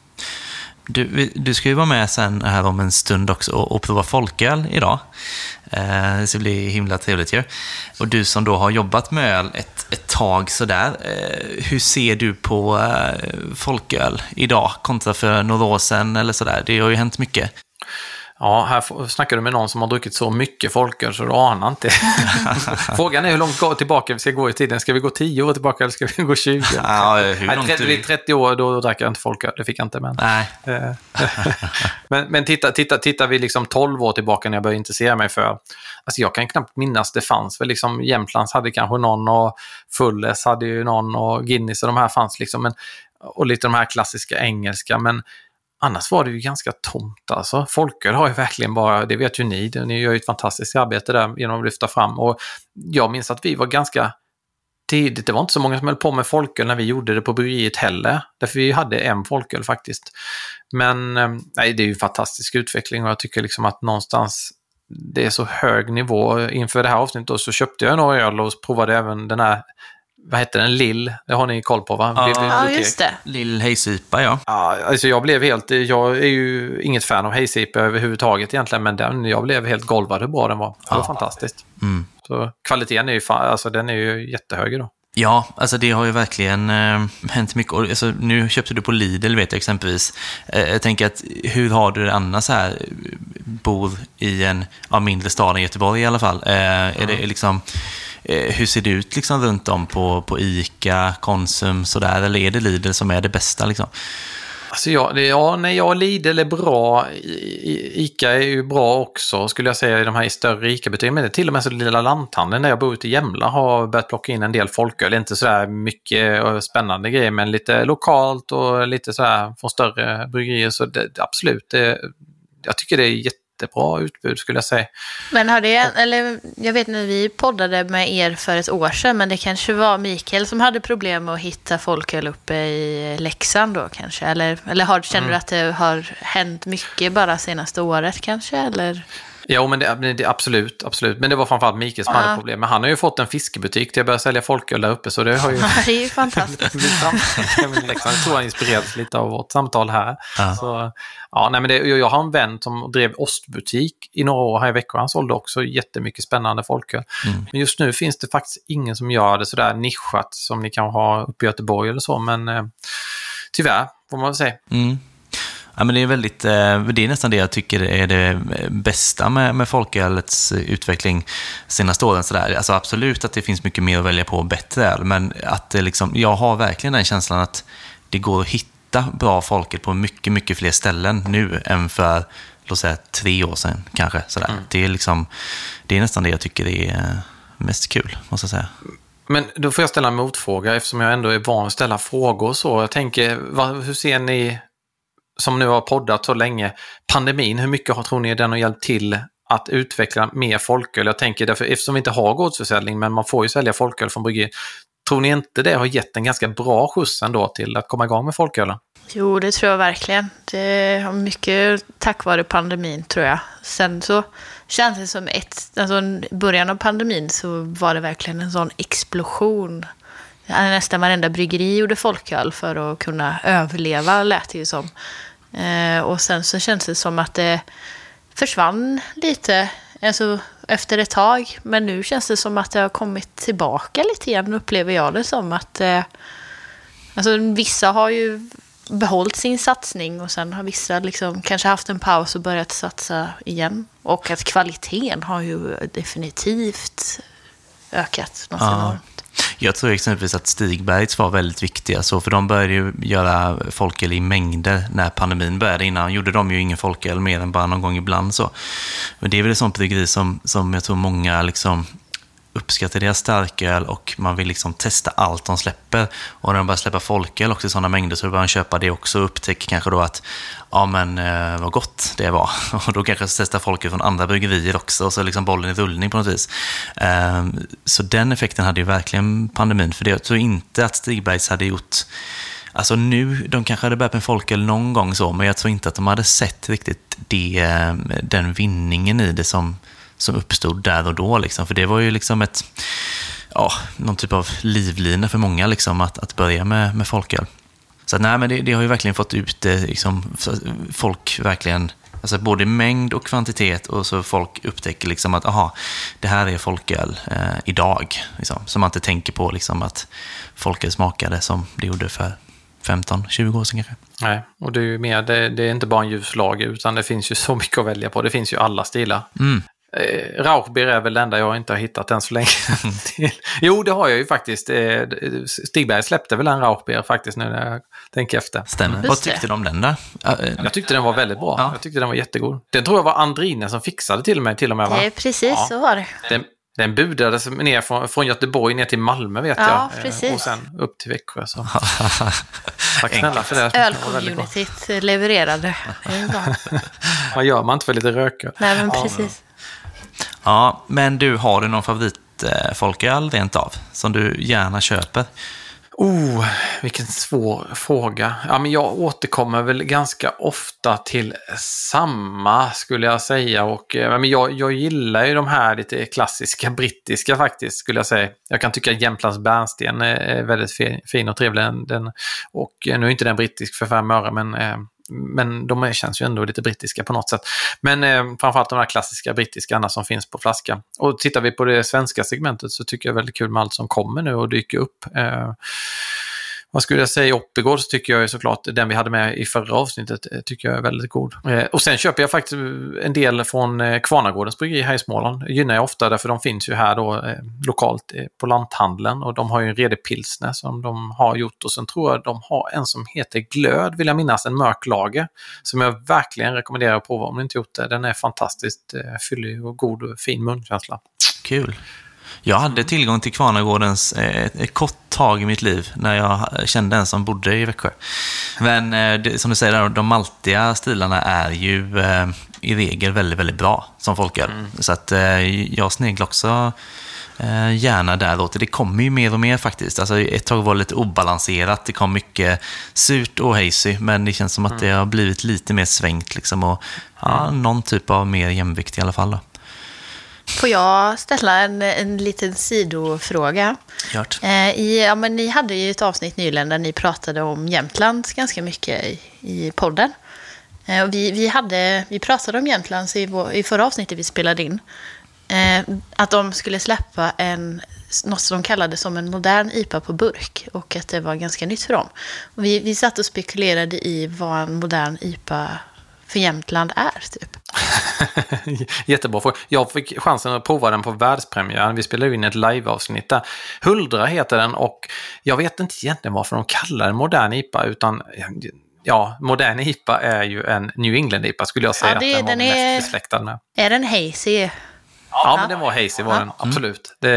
Du ska ju vara med sen här om en stund också och prova folköl idag. Det ska bli himla trevligt ju. Och du som då har jobbat med öl ett tag sådär, hur ser du på folköl idag kontra för några år sedan eller sådär? Det har ju hänt mycket. Ja, här snackar du med någon som har druckit så mycket folköl så du anar inte. Frågan är hur långt tillbaka vi ska gå i tiden. Ska vi gå 10 år tillbaka eller ska vi gå 20? Ja, hur långt 30 år, då drack jag inte folköl. Det fick jag inte med. Nej. Men tittar vi liksom 12 år tillbaka när jag började intressera mig för... Alltså jag kan knappt minnas, det fanns väl liksom... Jämtlands hade kanske någon, och Fulles hade ju någon, och Guinness och de här fanns liksom. Och lite de här klassiska engelska, men... Annars var det ju ganska tomt alltså. Folköl har ju verkligen bara, det vet ju ni gör ju ett fantastiskt arbete där genom att lyfta fram. Och jag minns att vi var ganska tidigt, det var inte så många som höll på med folköl när vi gjorde det på bryggeriet heller. Därför vi hade en folköl faktiskt. Men nej, det är ju fantastisk utveckling, och jag tycker liksom att någonstans det är så hög nivå. Inför det här avsnittet då, så köpte jag några öl och provade även den här, vad heter den? Lill, det har ni koll på, va? Ja, just det. Lill Hejsipa, ja. Ja, alltså jag är ju inget fan av Hejsipa överhuvudtaget egentligen, men jag blev helt golvad hur bra den var. Det var fantastiskt. Så kvaliteten är ju den är ju jättehög då. Ja, alltså det har ju verkligen hänt mycket. Alltså, nu köpte du på Lidl, vet jag exempelvis. Jag tänker att hur har du det annars här? Bor i en mindre stad än Göteborg i alla fall. Är det liksom, hur ser det ut liksom runt om på ICA, Konsum, sådär? Eller är det Lidl som är det bästa liksom? Alltså Lidl är bra. ICA är ju bra också, skulle jag säga, i de här större ICA-butikerna. Men det är till och med så lilla lanthandeln där jag bor ute i Jämla har börjat plocka in en del folköl. Inte sådär mycket spännande grejer, men lite lokalt och lite sådär från större bryggerier. Så absolut, jag tycker det är jättebra utbud, skulle jag säga. Men har det, eller jag vet när vi poddade med er för ett år sedan, men det kanske var Mikael som hade problem med att hitta folköl uppe i Leksand då kanske, eller känner du att det har hänt mycket bara senaste året kanske, eller? Ja, men det absolut. Men det var framförallt Mikael som hade problem. Men han har ju fått en fiskebutik till att börja sälja folköl där uppe, så det har ju... det är ju fantastiskt. Jag tror han inspirerades lite av vårt samtal här. Så, jag har en vän som drev ostbutik i några år här i veckan. Han sålde också jättemycket spännande folköl. Men just nu finns det faktiskt ingen som gör det sådär nischat som ni kan ha uppe i Göteborg eller så. Men tyvärr, får man väl säga. Ja, men det är nästan det jag tycker är det bästa med folkölets utveckling senaste åren. Sådär. Alltså absolut att det finns mycket mer att välja på och bättre öl, men att det liksom, jag har verkligen den känslan att det går att hitta bra folköl på mycket, mycket fler ställen nu än för, låt säga, 3 år sedan kanske. Sådär. Det är nästan det jag tycker är mest kul, måste jag säga. Men då får jag ställa en motfråga eftersom jag ändå är van att ställa frågor. Så jag tänker, hur ser ni, som nu har poddat så länge, pandemin, hur mycket tror ni den har hjälpt till att utveckla mer folköl? Jag tänker därför, eftersom vi inte har gårdsförsäljning, men man får ju sälja folköl från bryggerier. Tror ni inte det har gett en ganska bra skjuts ändå till att komma igång med folkölen? Jo, det tror jag verkligen. Det har mycket tack vare pandemin, tror jag. Sen så känns det som i början av pandemin så var det verkligen en sån explosion. Nästan varenda bryggeri gjorde folköl för att kunna överleva, lät det ju som. Och sen så känns det som att det försvann lite efter ett tag. Men nu känns det som att det har kommit tillbaka lite igen, upplever jag det som. Att vissa har ju behållit sin satsning och sen har vissa liksom kanske haft en paus och börjat satsa igen. Och att kvaliteten har ju definitivt ökat något enormt. Jag tror exempelvis att Stigbergs var väldigt viktiga, så för de började ju göra folköl i mängder när pandemin började. Innan gjorde de ju ingen folköl mer än bara någon gång ibland. Så. Men det är väl ett sånt bryggeri som jag tror många liksom uppskattar deras starköl och man vill liksom testa allt de släpper. Och när de börjar släppa folköl också i sådana mängder så börjar man köpa det också och upptäcker kanske då att vad gott det var. Och då kanske testa folköl från andra bryggerier också och så liksom bollen i rullning på något vis. Så den effekten hade ju verkligen pandemin, för det. Jag tror inte att Stigbergs hade gjort... Alltså nu, de kanske hade börjat med folköl någon gång så, men jag tror inte att de hade sett riktigt den vinningen i det som uppstod där och då liksom. För det var ju liksom någon typ av livlina för många liksom, att börja med folköl. Så att, nej, men det har ju verkligen fått ut det liksom, folk verkligen, alltså både mängd och kvantitet, och så folk upptäcker liksom att det här är folköl idag liksom. Så man inte tänker på liksom att folköl smakade som det gjorde för 15-20 år sedan kanske. Nej, och det är ju mer, det är inte bara en ljuslager, utan det finns ju så mycket att välja på. Det finns ju alla stilar. Rauchbier är väl det enda jag inte har hittat än så länge. Jo, det har jag ju faktiskt. Stigberg släppte väl en Rauchbier faktiskt nu när jag tänker efter. Stämmer. Vad tyckte du om den där? Jag tyckte den var väldigt bra. Ja. Jag tyckte den var jättegod. Den tror jag var Andrine som fixade till och med va? Det är precis så var det. Den budades ner från Göteborg ner till Malmö, vet jag. Precis. Och sen upp till Växjö. Så. Tack snälla för det. Öl-communityt levererade. Vad gör man inte för lite röka? Nej, men precis. Ja, men du, har du någon favoritfolköl rent av som du gärna köper? Vilken svår fråga. Ja, men jag återkommer väl ganska ofta till samma, skulle jag säga. Och men jag gillar ju de här lite klassiska brittiska faktiskt, skulle jag säga. Jag kan tycka att Jämtlands Bärnsten är väldigt fin och trevlig. Och nu är inte den brittisk för 5 öre, men Men de känns ju ändå lite brittiska på något sätt. Men framförallt de här klassiska brittiska som finns på flaska. Och tittar vi på det svenska segmentet så tycker jag väldigt kul med allt som kommer nu och dyker upp. Vad skulle jag säga? Oppigård så tycker jag ju såklart den vi hade med i förra avsnittet tycker jag är väldigt god. Och sen köper jag faktiskt en del från Kvarnagårdens bryggeri här i Småland. Gynnar jag ofta därför de finns ju här då lokalt på lanthandeln och de har ju en redig pilsner som de har gjort och sen tror jag de har en som heter Glöd vill jag minnas, en mörk lager som jag verkligen rekommenderar att prova om ni inte gjort det. Den är fantastiskt fyllig och god och fin munkänsla. Kul. Jag hade tillgång till Kvarnagårdens ett kort tag i mitt liv när jag kände en som bodde i Växjö. Men som du säger, de maltiga stilarna är ju i regel väldigt, väldigt bra som folköl. Så att jag sneglar också gärna däråt. Det kommer ju mer och mer faktiskt. Alltså, ett tag var det lite obalanserat. Det kom mycket surt och hazy, men det känns som att det har blivit lite mer svängt liksom, och någon typ av mer jämvikt i alla fall då. Får jag ställa en liten sidofråga? Gjort. Men ni hade ju ett avsnitt nyligen där ni pratade om Jämtland ganska mycket i podden. Vi pratade om Jämtland i förra avsnittet vi spelade in. Att de skulle släppa något som de kallade som en modern IPA på burk och att det var ganska nytt för dem. Och vi satt och spekulerade i vad en modern IPA för Jämtland är typ. Jättebra fråga. Jag fick chansen att prova den på världspremiären. Vi spelade in ett live-avsnitt där. Huldra heter den och jag vet inte egentligen varför de kallar den modern IPA utan modern IPA är ju en New England IPA skulle jag säga att den var mest besläktad med. Är den hazy? Ja, men den var hazy var den, absolut. Det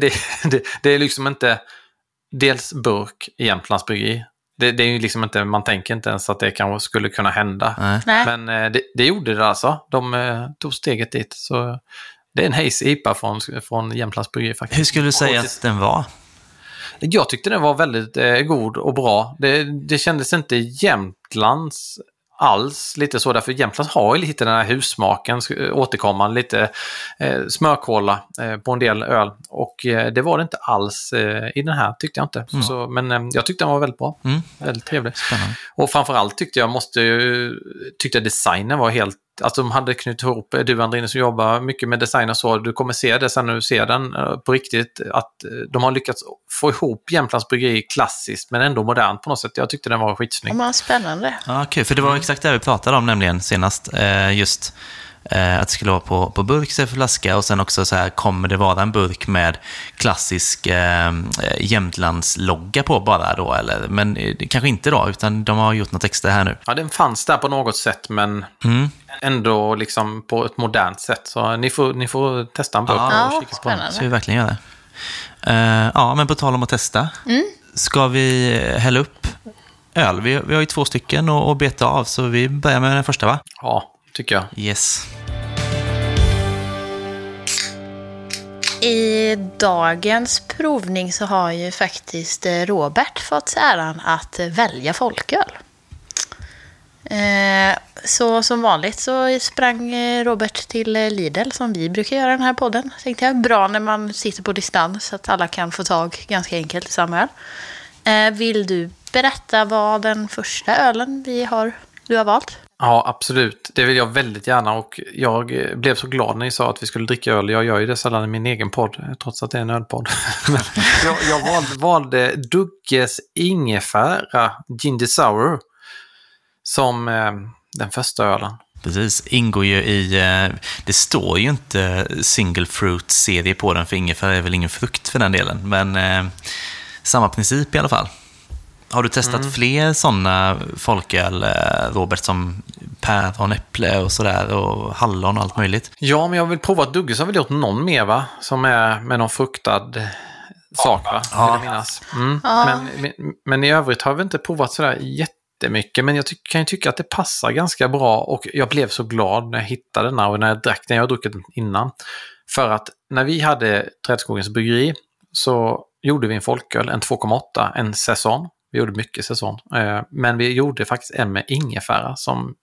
är liksom inte dels burk i Jämtlands bryggeri. Det är ju liksom inte, man tänker inte ens att det kanske skulle kunna hända. Nej. Men det gjorde det alltså. De tog steget dit. Så det är en hazy IPA från Jämtlands bryggeri faktiskt. Hur skulle du säga att den var? Jag tyckte den var väldigt god och bra. Det kändes inte Jämtlands alls lite så, därför Jämtland har ju lite den här hussmaken återkommande, lite smörkola på en del öl och det var det inte alls i den här tyckte jag inte. Så, men jag tyckte den var väldigt bra, väldigt trevlig. Spännande. Och framförallt tyckte jag designen var helt, alltså de hade knutit ihop, du Andrine som jobbar mycket med design och så, du kommer se det sen när du ser den på riktigt, att de har lyckats få ihop Jämtlands bryggeri klassiskt men ändå modernt på något sätt. Jag tyckte den var skitsnygg. Ja, spännande. Ja, kul, för det var exakt det vi pratade om nämligen senast, just att det skulle vara på burk istället för flaska och sen också så här, kommer det vara en burk med klassisk Jämtlandslogga på bara då, eller? Men kanske inte då, utan de har gjort något extra här nu. Ja, den fanns där på något sätt, men ändå liksom på ett modernt sätt. Så ni får testa en burk och kika på den. Så vi verkligen gör det. Men på tal om att testa, ska vi hälla upp öl? Vi har ju 2 stycken och beta av, så vi börjar med den första, va? Ja, tycker jag. Yes. I dagens provning så har ju faktiskt Robert fått äran att välja folköl. Så som vanligt så sprang Robert till Lidl som vi brukar göra i den här podden. Tänkte jag, bra när man sitter på distans så att alla kan få tag ganska enkelt i samma öl. Vill du berätta vad den första ölen du har valt? Ja, absolut. Det vill jag väldigt gärna och jag blev så glad när ni sa att vi skulle dricka öl. Jag gör ju det sällan i min egen podd, trots att det är en ölpodd. Men jag valde Dugges ingefära Ginger Sour som den första ölen. Precis, ingår ju i, det står ju inte single fruit serie på den, för ingefära är väl ingen frukt för den delen, men samma princip i alla fall. Har du testat fler sådana folköl, Robert, som päron, äpple och sådär, och hallon och allt möjligt? Ja, men jag vill prova att Dugges har väl gjort någon mer, va? Som är med någon fruktad sak, va? Ja. Men i övrigt har vi inte provat sådär jättemycket, men jag kan ju tycka att det passar ganska bra och jag blev så glad när jag hittade den här och när jag drack den. Jag har druckit den innan. För att när vi hade Trädskogens bryggeri så gjorde vi en folköl, en 2,8, en säsong. Vi gjorde mycket säsong. Men vi gjorde faktiskt en med ingefära som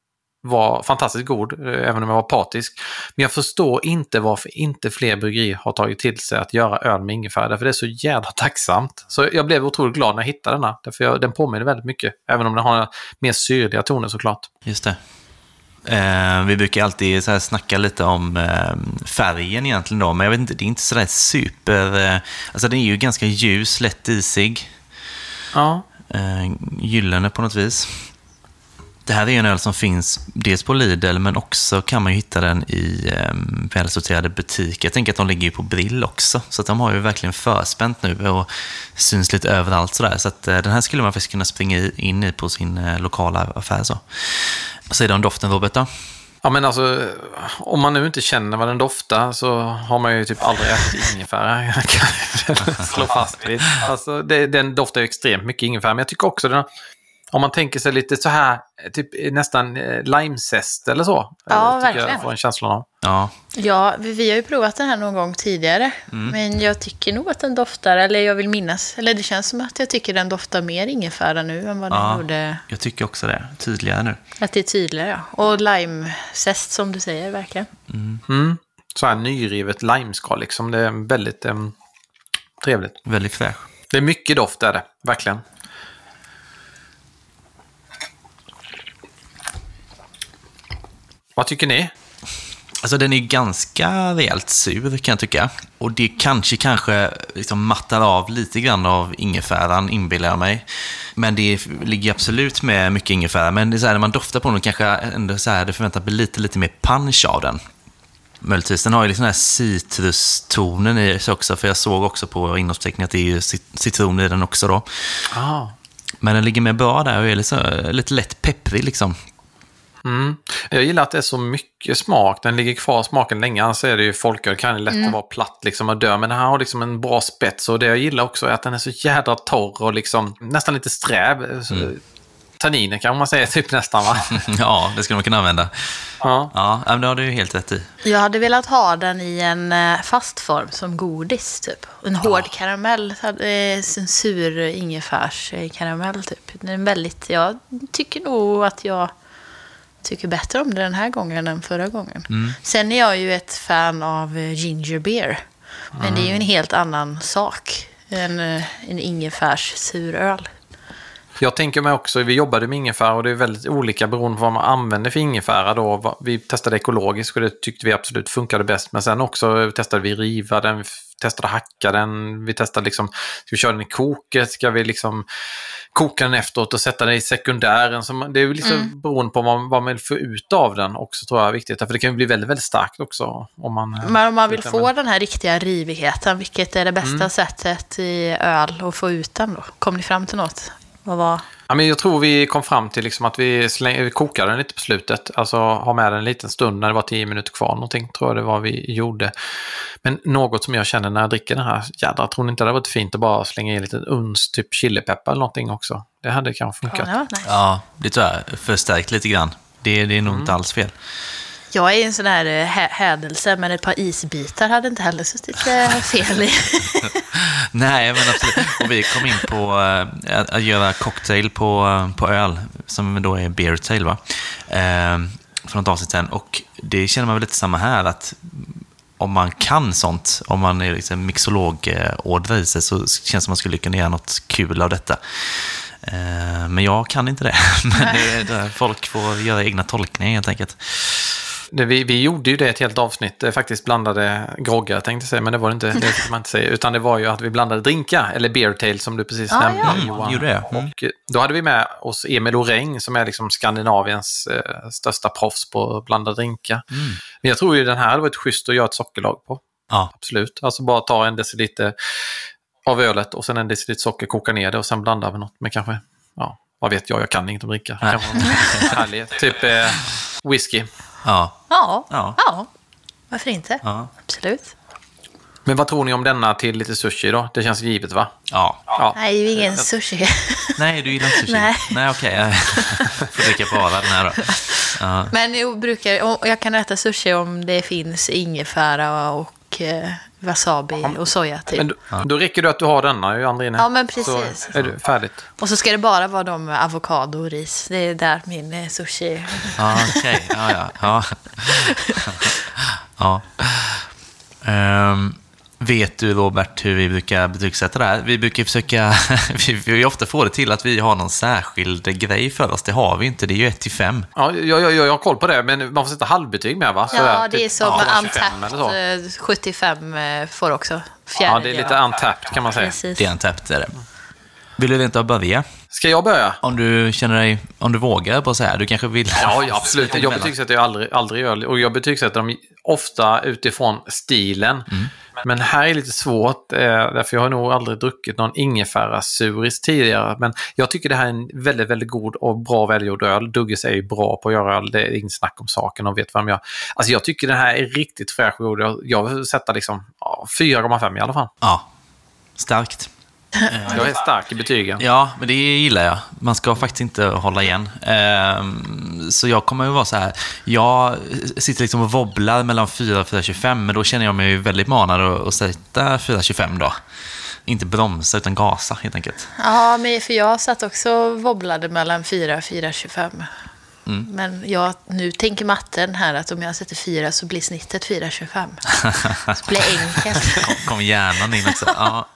var fantastiskt god, även om jag var partisk. Men jag förstår inte varför inte fler bryggerier har tagit till sig att göra öl med ingefära. Därför det är så jävla tacksamt. Så jag blev otroligt glad när jag hittade denna. Därför den påminner väldigt mycket. Även om den har mer syrliga toner såklart. Just det. Vi brukar alltid så här snacka lite om färgen egentligen då. Men jag vet inte, det är inte sådär super... alltså den är ju ganska ljus, lätt isig. Ja. Gyllene på något vis. Det här är en öl som finns dels på Lidl, men också kan man ju hitta den i välsorterade butiker. Jag tänker att de ligger ju på Brill också, så att de har ju verkligen förspänt nu och syns lite överallt sådär. Så att den här skulle man faktiskt kunna springa in i på sin lokala affär. Så. Vad säger du om doften, Robert, då? Ja, men alltså, om man nu inte känner vad den doftar så har man ju typ aldrig ätit ingefära. Jag kan slå fast vid. Alltså, den doftar ju extremt mycket ingefära, men jag tycker också den, om man tänker sig lite så här, typ nästan limezest eller så. Ja, verkligen. Jag får en känsla av. Ja, vi har ju provat den här någon gång tidigare. Men jag tycker nog att den doftar, eller jag vill minnas, eller det känns som att jag tycker den doftar mer ingefära nu än vad den gjorde. Jag tycker också det. Tydligare nu. Att det är tydligare, ja. Och limezest som du säger, verkligen. Så här nyrivet limeskal liksom. Det är väldigt trevligt. Väldigt fräsch. Det är mycket doft, är det. Verkligen. Vad tycker ni? Alltså den är ganska rejält sur, kan jag tycka. Och det kanske liksom mattar av lite grann av ingefäran, inbillar jag mig. Men det ligger absolut med mycket ingefära. Men det är så här, när man doftar på den kanske ändå så här, det förväntar bli lite mer punch av den. Möjligtvis. Den har ju liksom den här citrustonen i sig också. För jag såg också på innehållsförteckningen att det är ju citron i den också då. Men den ligger med bra där och är lite lätt pepprig liksom. Jag gillar att det är så mycket smak. Den ligger kvar smaken länge. Annars är det ju folköl, kan det lätt att vara platt liksom och dö. Men den här har liksom en bra spets. Och det jag gillar också är att den är så jädra torr och liksom nästan lite sträv. Tanniner kan man säga typ nästan, va? Ja, det skulle man kunna använda. Ja, men det har du ju helt rätt i. Jag hade velat ha den i en fast form som godis typ. En hård karamell, en sur ingefärs karamell typ. Den är väldigt, jag tycker nog att jag tycker bättre om det den här gången än förra gången. Sen är jag ju ett fan av ginger beer. Men det är ju en helt annan sak än en ingefärs suröl. Jag tänker mig också, vi jobbade med ingefära och det är väldigt olika beroende på vad man använder för ingefära då. Vi testade ekologiskt och det tyckte vi absolut funkade bäst. Men sen också testade vi riva den, vi testade hacka den, vi testade liksom, ska vi köra den i koket, ska vi liksom koka den efteråt och sätta den i sekundären. Så det är ju liksom beroende på vad man vill få ut av den också, tror jag är viktigt. För det kan ju bli väldigt, väldigt starkt också. Men om man vill få den här riktiga rivigheten, vilket är det bästa sättet i öl att få ut den då? Kom ni fram till något? Ja, men jag tror vi kom fram till liksom att vi kokade den lite på slutet. Alltså ha med den en liten stund när det var 10 minuter kvar någonting, tror jag det var vi gjorde. Men något som jag känner när jag dricker den här, jädra, tror ni inte det hade varit fint att bara slänga i en liten uns typ chilipeppar eller någonting också? Det hade kanske funkat. Ja, nice. Ja, det tror jag förstärkt lite grann. Det är nog inte alls fel. Jag är en sån här hädelse, men ett par isbitar hade inte heller suttit fel i. Nej, men absolut. Och vi kom in på att göra cocktail på öl, som då är beer tail, va? För något avsnitt sen. Och det känner man väl lite samma här, att om man kan sånt, om man är liksom mixolog-ådra i sig, så känns det som att man skulle kunna göra något kul av detta. Men jag kan inte det. Men folk får göra egna tolkningar helt enkelt. Vi gjorde ju det ett helt avsnitt, faktiskt blandade groggar tänkte jag säga, men det var det inte, det fick man inte säga, utan det var ju att vi blandade drinkar, eller beer tail som du precis nämnde, Johan. Gjorde det. Och då hade vi med oss Emil Oreng som är liksom Skandinaviens största proffs på att blanda drinkar. Men jag tror ju den här hade varit schysst att göra ett sockerlag på. Ja. Absolut, alltså bara ta en deciliter av ölet och sen en deciliter socker, koka ner det och sen blanda med något med kanske, ja, vad vet jag kan inte om dricka. Härligt. Typ whisky. Ja. Varför inte? Ja. Absolut. Men vad tror ni om denna till lite sushi då? Det känns givet, va? Ja. Nej, det är ju ingen sushi. Nej, du gillar inte sushi? Nej, okej. Jag får dricka bara den här då. Ja. Men jag kan äta sushi om det finns ingefära och wasabi och soja typ. Men då räcker det att du har denna ju, Andrine. Ja, men precis. Så är det färdigt. Och så ska det bara vara de med avokado och ris. Det är där min sushi... Ja, okej. Ja. Vet du, Robert, hur vi brukar betygsätta det här? Vi brukar försöka... vi ofta får det till att vi har någon särskild grej för oss. Det har vi inte. Det är ju 1-5. Ja, jag har koll på det. Men man får sätta halvbetyg med, va? Ja, det är som Untapped 75 får också. Ja, det är lite Untapped kan man säga. Precis. Det är Untapped, är det. Vill du inte börja? Ska jag börja? Om du vågar på så här, du kanske vill... Ja, absolut. Jag betygsätter ju aldrig öl. Och jag betygsätter dem ofta utifrån stilen. Men här är lite svårt, därför jag har nog aldrig druckit någon ingefära-suris tidigare. Men jag tycker det här är en väldigt, väldigt god och bra välgjord öl. Dugges är ju bra på att göra öl, det är inget snack om saken och vet vad de gör. Alltså jag tycker den här är riktigt fräsch och god. Jag vill sätta liksom 4,5 i alla fall. Ja, starkt. Jag är stark i betygen. Ja, men det gillar jag. Man ska faktiskt inte hålla igen. Så jag kommer ju vara så här. Jag sitter liksom och wobblar mellan 4 och 4,25. Men då känner jag mig väldigt manad att sätta 4,25 då. Inte bromsa utan gasa helt enkelt. Ja, men för jag satt också och wobblade mellan 4 och 4,25. Men nu tänker matten här att om jag sätter 4 så blir snittet 4,25. Så blir det enkelt. Kom hjärnan in också. Ja.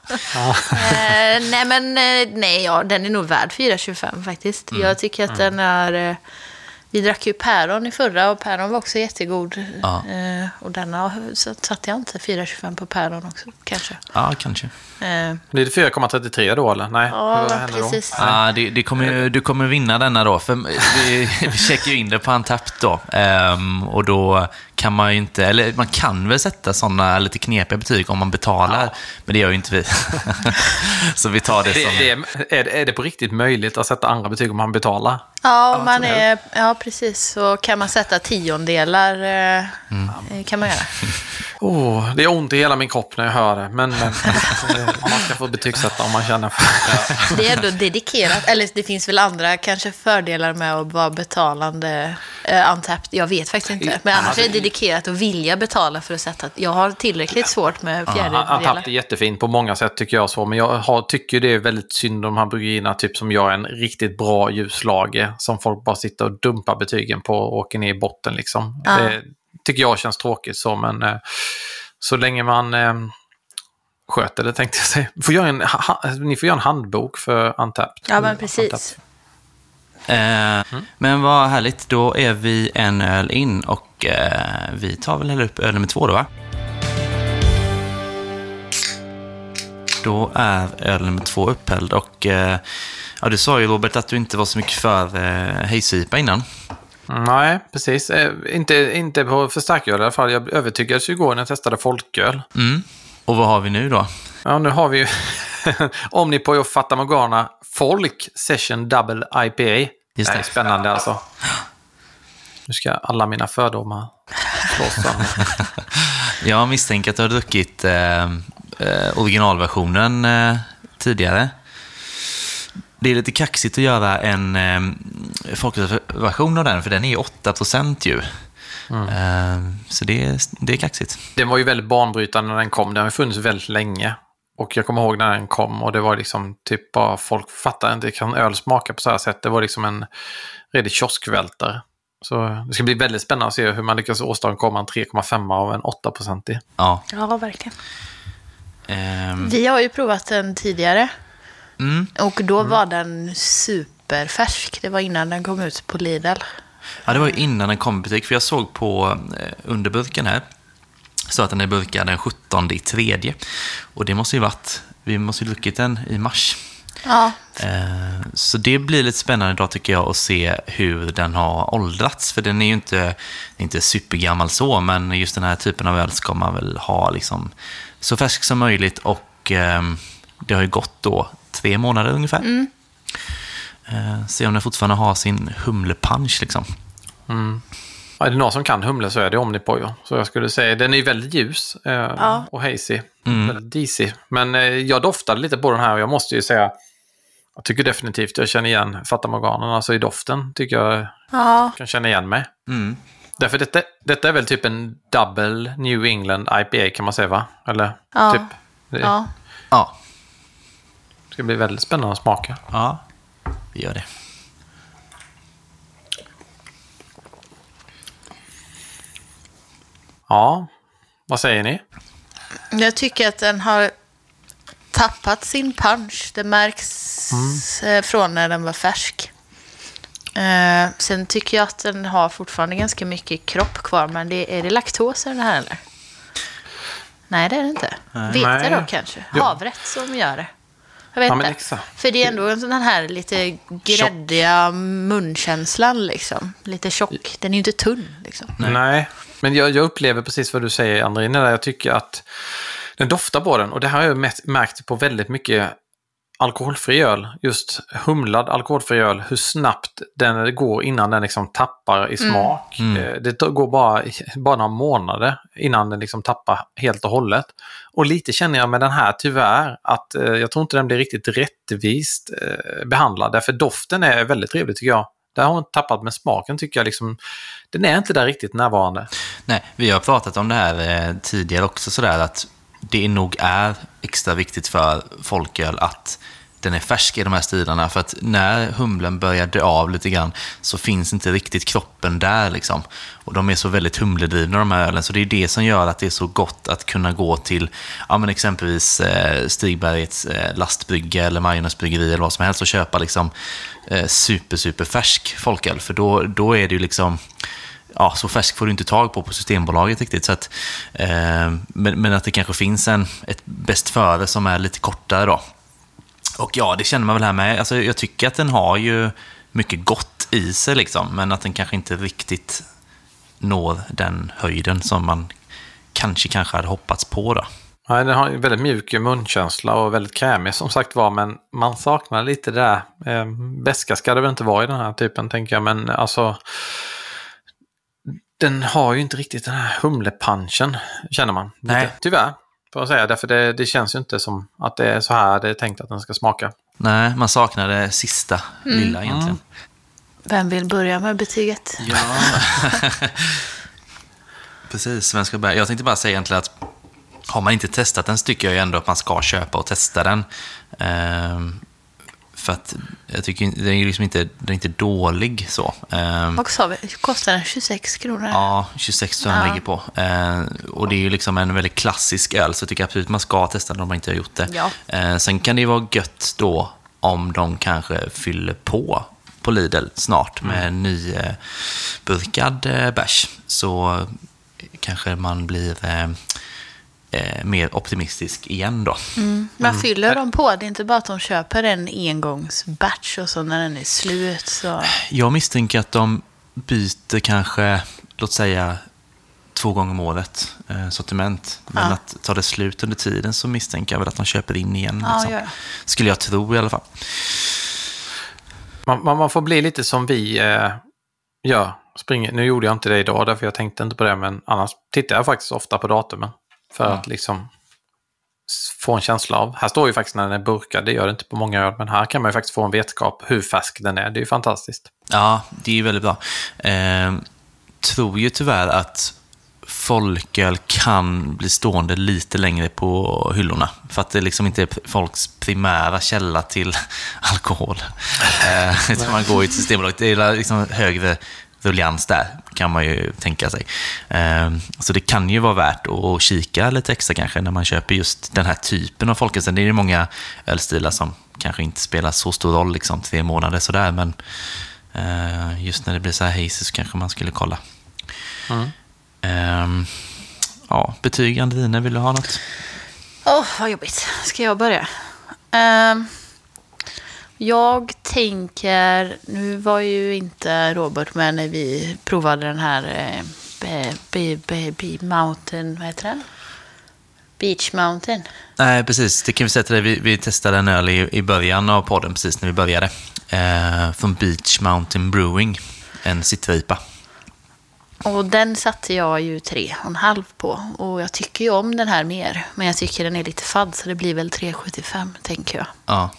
Den är nog värd 4,25 faktiskt. Jag tycker att den är... Vi drack ju päron i förra och päron var också jättegod. Ja. Och denna satte jag inte 4,25 på päron också, kanske. Ja, kanske. Blir det 4,33 då eller? Nej. Ja, precis. Ja, du kommer vinna denna då. För vi checkar ju in det på Untapped då. Och då kan man ju inte... Eller man kan väl sätta sådana lite knepiga betyg om man betalar. Ja. Men det gör ju inte vi. Så vi tar det som... Är det på riktigt möjligt att sätta andra betyg om man betalar? Ja, precis. Så kan man sätta tiondelar kan man göra. Det är ont i hela min kropp när jag hör det. Men man ska få betygsätta om man känner för det. Det är ändå dedikerat. Eller det finns väl andra kanske fördelar med att vara betalande Untapped. Jag vet faktiskt inte. Men annars är det dedikerat att vilja betala för att sätta... Jag har tillräckligt svårt med fjärdedelar. Untapped är jättefint på många sätt tycker jag så. Men jag tycker det är väldigt synd om de här bryggerierna typ som gör en riktigt bra ljuslager som folk bara sitter och dumpar betygen på och åker ner i botten liksom. Det tycker jag känns tråkigt så, men så länge man sköter det tänkte jag säga. Ni får göra en handbok för Untapped. Ja, men precis. Men vad härligt, då är vi en öl in och vi tar väl hela upp öl nummer 2 då, va? Då är öl nummer 2 upphälld och du sa ju, Robert, att du inte var så mycket för hejsipa innan. Nej, precis. Inte på för starköl i alla fall. Jag övertygades ju igår när jag testade folköl. Och vad har vi nu då? Ja, nu har vi ju Omnipoj och Fata Morgana Folk Session Double IPA. Just det. är spännande alltså. Nu ska alla mina fördomar slås sönder. Jag misstänker att du har druckit originalversionen tidigare. Det är lite kaxigt att göra en folkölsversion av den, för den är ju 8% ju. Så det är kaxigt. Den var ju väldigt banbrytande när den kom. Den har funnits väldigt länge. Och jag kommer ihåg när den kom och det var liksom typ bara folk fattar inte kan öl smaka på så här sätt. Det var liksom en redig kioskvältare. Så det ska bli väldigt spännande att se hur man lyckas åstadkomma en 3,5 av en 8%. Ja, verkligen. Vi har ju provat den tidigare. Och då var den superfärsk. Det var innan den kom ut på Lidl. Ja, det var ju innan den kom i butik. För jag såg på underburken här. Så att den är burkad den 17/3. Och det måste ju varit... Vi måste ju druckit den i mars. Ja. Så det blir lite spännande idag tycker jag att se hur den har åldrats. För den är ju inte supergammal så. Men just den här typen av öl ska man väl ha liksom så färsk som möjligt. Och det har ju gått då 3 månader ungefär. Se om den fortfarande har sin humlepunch liksom. Ja, är det någon som kan humle så är det Omnipoj. Så jag skulle säga, den är ju väldigt ljus och hazy. Väldigt DC. Men jag doftade lite på den här och jag måste ju säga, jag tycker definitivt jag känner igen Fata Morgana. Alltså i doften tycker jag kan känna igen mig. Därför detta är väl typ en double New England IPA kan man säga, va? Eller Ja. typ. Ja. Ja. Det ska bli väldigt spännande att smaka. Ja, vi gör det. Ja, vad säger ni? Jag tycker att den har tappat sin punch. Det märks från när den var färsk. Sen tycker jag att den har fortfarande ganska mycket kropp kvar. Men är det laktos i den här eller? Nej, det är det inte. Vete då kanske. Havret som gör det. Jag vet inte. Exakt. För det är ändå en sån här lite gräddiga munkänslan liksom. Lite tjock. Den är ju inte tunn liksom. Nej. Men jag upplever precis vad du säger, Andrine, där jag tycker att den doftar på den. Och det här har jag märkt på väldigt mycket alkoholfri öl. Just humlad alkoholfri öl. Hur snabbt den går innan den liksom tappar i smak. Det går bara några månader innan den liksom tappar helt och hållet. Och lite känner jag med den här tyvärr att jag tror inte den blir riktigt rättvist behandlad. Därför doften är väldigt trevlig tycker jag. Där har hon tappat med smaken tycker jag liksom. Den är inte där riktigt närvarande. Nej, vi har pratat om det här tidigare också sådär att det nog är extra viktigt för folköl att den är färsk i de här stilarna. För att när humlen börjar dö av lite grann så finns inte riktigt kroppen där liksom. Och de är så väldigt humledrivna de här ölen. Så det är det som gör att det är så gott att kunna gå till men exempelvis Stigbergets lastbrygga eller Majornäsbryggeri eller vad som helst och köpa liksom super färsk folköl. För då är det ju liksom... Ja, så färsk får du inte tag på Systembolaget riktigt. Så att, men att det kanske finns ett bäst före som är lite kortare då. Och ja, det känner man väl här med. Alltså, jag tycker att den har ju mycket gott i sig liksom. Men att den kanske inte riktigt når den höjden som man kanske hade hoppats på då. Nej, den har ju väldigt mjuk munkänsla och väldigt krämig som sagt var. Men man saknar lite det där. Beska ska det väl inte vara i den här typen tänker jag. Men alltså... Den har ju inte riktigt den här humlepunchen, känner man. Nej. Lite. Tyvärr, får jag säga. Därför det känns ju inte som att det är så här det är tänkt att den ska smaka. Nej, man saknar det sista lilla egentligen. Vem vill börja med betyget? Ja, precis. Vem ska börja? Jag tänkte bara säga egentligen att har man inte testat den så tycker jag ju ändå att man ska köpa och testa den. För att jag tycker den är liksom inte, den är inte dålig så. Vad sa vi? Kostar den 26 kronor? Ja, 26 tror jag den ligger på. Och det är ju liksom en väldigt klassisk öl så jag tycker absolut man ska testa den om man inte har gjort det. Ja. Sen kan det ju vara gött då om de kanske fyller på Lidl snart med nyburkad bärs. Så kanske man blir mer optimistisk igen då. Man fyller dem på. Det är inte bara att de köper en engångsbatch och så när den är slut. Så... Jag misstänker att de byter kanske, låt säga 2 gånger om året sortiment. Men att ta det slut under tiden så misstänker jag väl att de köper in igen. Liksom. Ja. Skulle jag tro i alla fall. Man får bli lite som vi gör. Nu gjorde jag inte det idag därför jag tänkte inte på det. Men annars tittar jag faktiskt ofta på datumen. För att liksom få en känsla av. Här står ju faktiskt när den är burkad. Det gör det inte på många öl. Men här kan man ju faktiskt få en vetskap hur färsk den är. Det är ju fantastiskt. Ja, det är ju väldigt bra. Tror ju tyvärr att folköl kan bli stående lite längre på hyllorna. För att det liksom inte är folks primära källa till alkohol. Utan man går ju till Systembolaget. Det är liksom högre ruljans där, kan man ju tänka sig. Så det kan ju vara värt att kika lite extra kanske när man köper just den här typen av folköl. Sen är det många ölstilar som kanske inte spelar så stor roll, liksom 3 månader sådär. Men just när det blir så här hazy så kanske man skulle kolla. Ja, betyg, Andrine, vill du ha något? Vad jobbigt. Ska jag börja? Jag tänker, nu var ju inte Robert med när vi provade den här Mountain, vad heter den? Beach Mountain. Nej, precis. Det kan vi säga till dig. Vi testade en öl i början av podden, precis när vi började. Från Beach Mountain Brewing, en citripa. Och den satte jag ju 3,5 på. Och jag tycker ju om den här mer. Men jag tycker den är lite fadd, så det blir väl 3,75 tänker jag. Ja.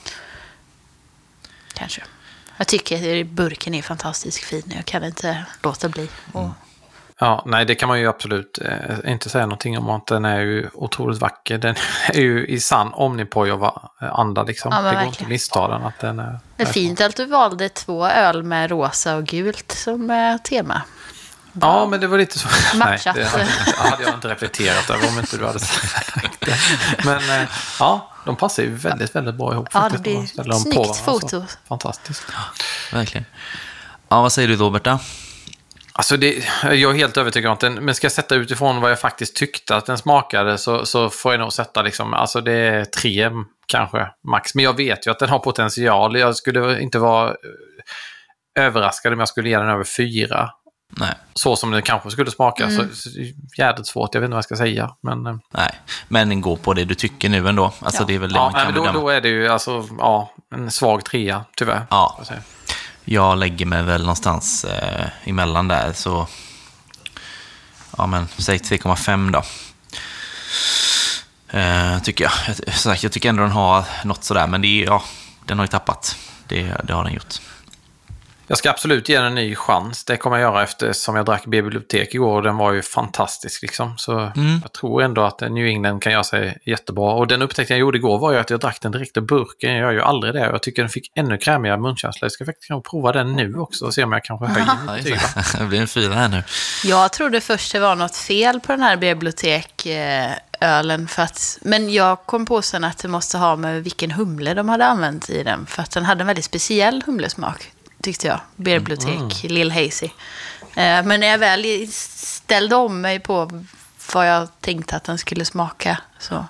Kanske. Jag tycker att burken är fantastiskt fin. Jag kan inte låta bli. Ja, nej, det kan man ju absolut inte säga någonting om, att den är ju otroligt vacker. Den är ju i sann Omnipojova-anda liksom. Ja, det går verkligen. inte att missta den. Att den är, Det är fint att du valde 2 öl med rosa och gult som tema. Ja, men det var lite så. Matchat. Nej, det hade jag inte reflekterat över om inte du hade sagt det. Men ja, de passar ju väldigt, väldigt bra ihop. Ja, faktiskt. det blir Man ställer dem snyggt på varandra, foto. så fantastiskt. Verkligen. Ja, vad säger du Robert då? Alltså jag är helt övertygad om att den, men ska jag sätta utifrån vad jag faktiskt tyckte att den smakade, så får jag nog sätta liksom, alltså det är 3 kanske max. Men jag vet ju att den har potential. Jag skulle inte vara överraskad om jag skulle ge den över 4. Nej. Så som den kanske skulle smaka. Så jävligt svårt, jag vet inte vad jag ska säga. Men, Nej, men gå på det du tycker nu ändå. Alltså det är väl det man kan men bedöma. då är det ju alltså, en svag 3 tyvärr. Ja. Jag lägger mig väl någonstans emellan där, så ja, men säg 3,5 då. Tycker jag. Jag tycker ändå den har något sådär, men det är, den har ju tappat. Det har den gjort. Jag ska absolut ge den en ny chans. Det kommer jag göra eftersom jag drack bibliotek igår och den var ju fantastisk liksom. Så jag tror ändå att New England kan göra sig jättebra. Och den upptäckten jag gjorde igår var ju att jag drack den direkt ur burken. Jag gör ju aldrig det. Jag tycker den fick ännu krämigare munkänsla. Jag ska faktiskt prova den nu också och se om jag kanske höjer lite. Det blir en 4 här nu. Jag trodde först det var något fel på den här bibliotekölen. Men jag kom på sen att det måste ha med vilken humle de hade använt i den. För att den hade en väldigt speciell humlesmak, tyckte jag. Bibliotek, Lil Hazy. Men när jag väl ställde om mig på vad jag tänkte att den skulle smaka, så...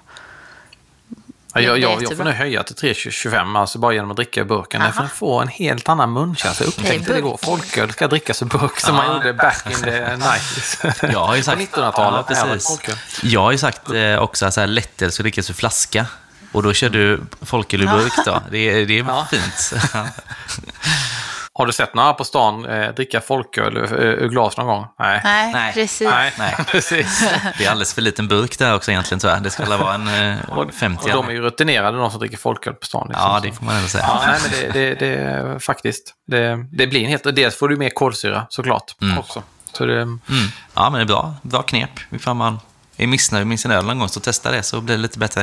Jag får nu höja till 3,25 alltså bara genom att dricka i burken. För att få en helt annan munkänsla. Jag upptäckte det igår. Folköl ska drickas i burk som man gjorde back in the 90s. Jag har ju sagt, på 1900-talet. Ja, precis. Jag har ju sagt också att lättöl ska drickas ur flaska. Och då kör du folköl i burk då. Det är fint. Har du sett några på stan dricka folköl ur glas någon gång? Nej, precis. Nej, precis. Det är alldeles för liten burk där också egentligen, tror jag. Det ska vara en 50. Och de är ju rutinerade, de som dricker folköl på stan. Liksom. Ja, det får man ändå säga. Ja, nej, men det faktiskt. Det blir en helt... Dels får du mer kolsyra, såklart, också. Så det... Ja, men det är bra knep. Ifall man är missnöjd med sin öl någon gång, så testa det, så blir det lite bättre.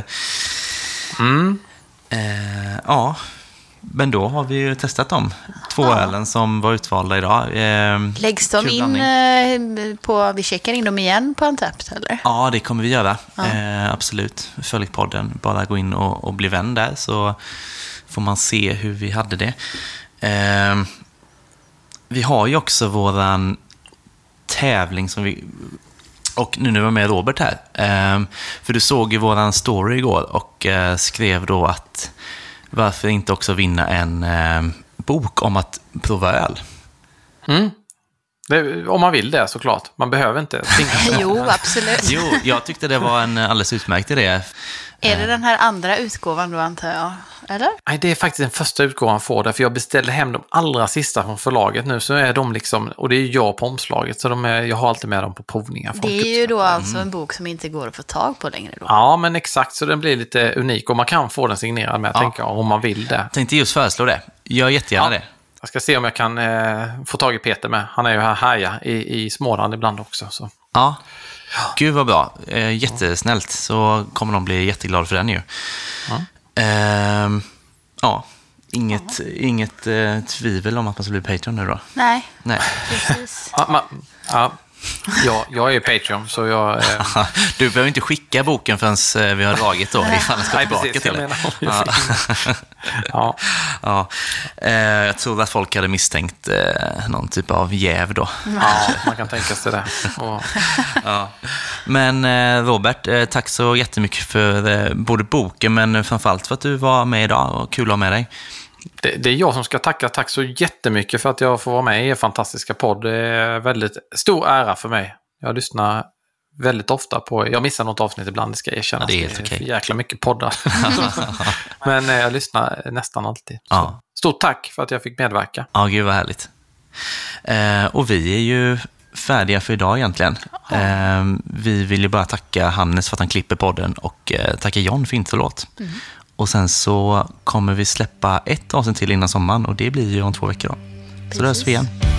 Ja, men då har vi ju testat de 2 ölen som var utvalda idag. Läggs de in vi checkar in dem igen på Untappd, eller? Ja, det kommer vi göra. Absolut. Följ podden. Bara gå in och bli vän där, så får man se hur vi hade det. Vi har ju också våran tävling som vi... Och nu när vi var med Robert här. För du såg ju våran story igår och skrev då att varför inte också vinna en bok om att prova öl? Om man vill det, såklart. Man behöver inte. Jo, absolut. Jo, jag tyckte det var en alldeles utmärkt idé. Är det den här andra utgåvan då, antar jag? Eller? Nej, det är faktiskt den första utgåvan får det. För jag beställde hem de allra sista från förlaget nu. Så är de liksom... Och det är jag på omslaget. Så jag har alltid med dem på provningar. Det är ju då alltså en bok som inte går att få tag på längre då. Ja, men exakt. Så den blir lite unik. Och man kan få den signerad med, tänker jag, om man vill det. Tänkte just föreslå det. Gör jättegärna det. Jag ska se om jag kan få tag i Peter med. Han är ju här i Småland ibland också. Så. Ja. Gud vad bra. Jättesnällt. Så kommer de bli jätteglada för den ju. Inget tvivel om att man ska bli Patreon nu då? Nej. Precis. Jag är Patreon, så jag... Du behöver inte skicka boken förrän vi har dragit då. Ifall den ska tillbaka till det. Jag tror att folk hade misstänkt någon typ av jäv då. Ja, man kan tänka sig det. Men Robert, tack så jättemycket för både boken, men framförallt för att du var med idag, och kul att ha med dig. Det är jag som ska tacka. Tack så jättemycket för att jag får vara med i er fantastiska podd. Det är väldigt stor ära för mig. Jag lyssnar väldigt ofta på... Jag missar något avsnitt ibland, det ska jag erkänna. Ja, det är helt okej. Jäkla mycket poddar. Men jag lyssnar nästan alltid. Ja. Stort tack för att jag fick medverka. Ja, gud vad härligt. Och vi är ju färdiga för idag egentligen. Vi vill ju bara tacka Hannes för att han klipper podden, och tacka John för introlåt. Och sen så kommer vi släppa ett avsnitt till innan sommaren, och det blir ju om 2 veckor då. Så då hörs vi igen.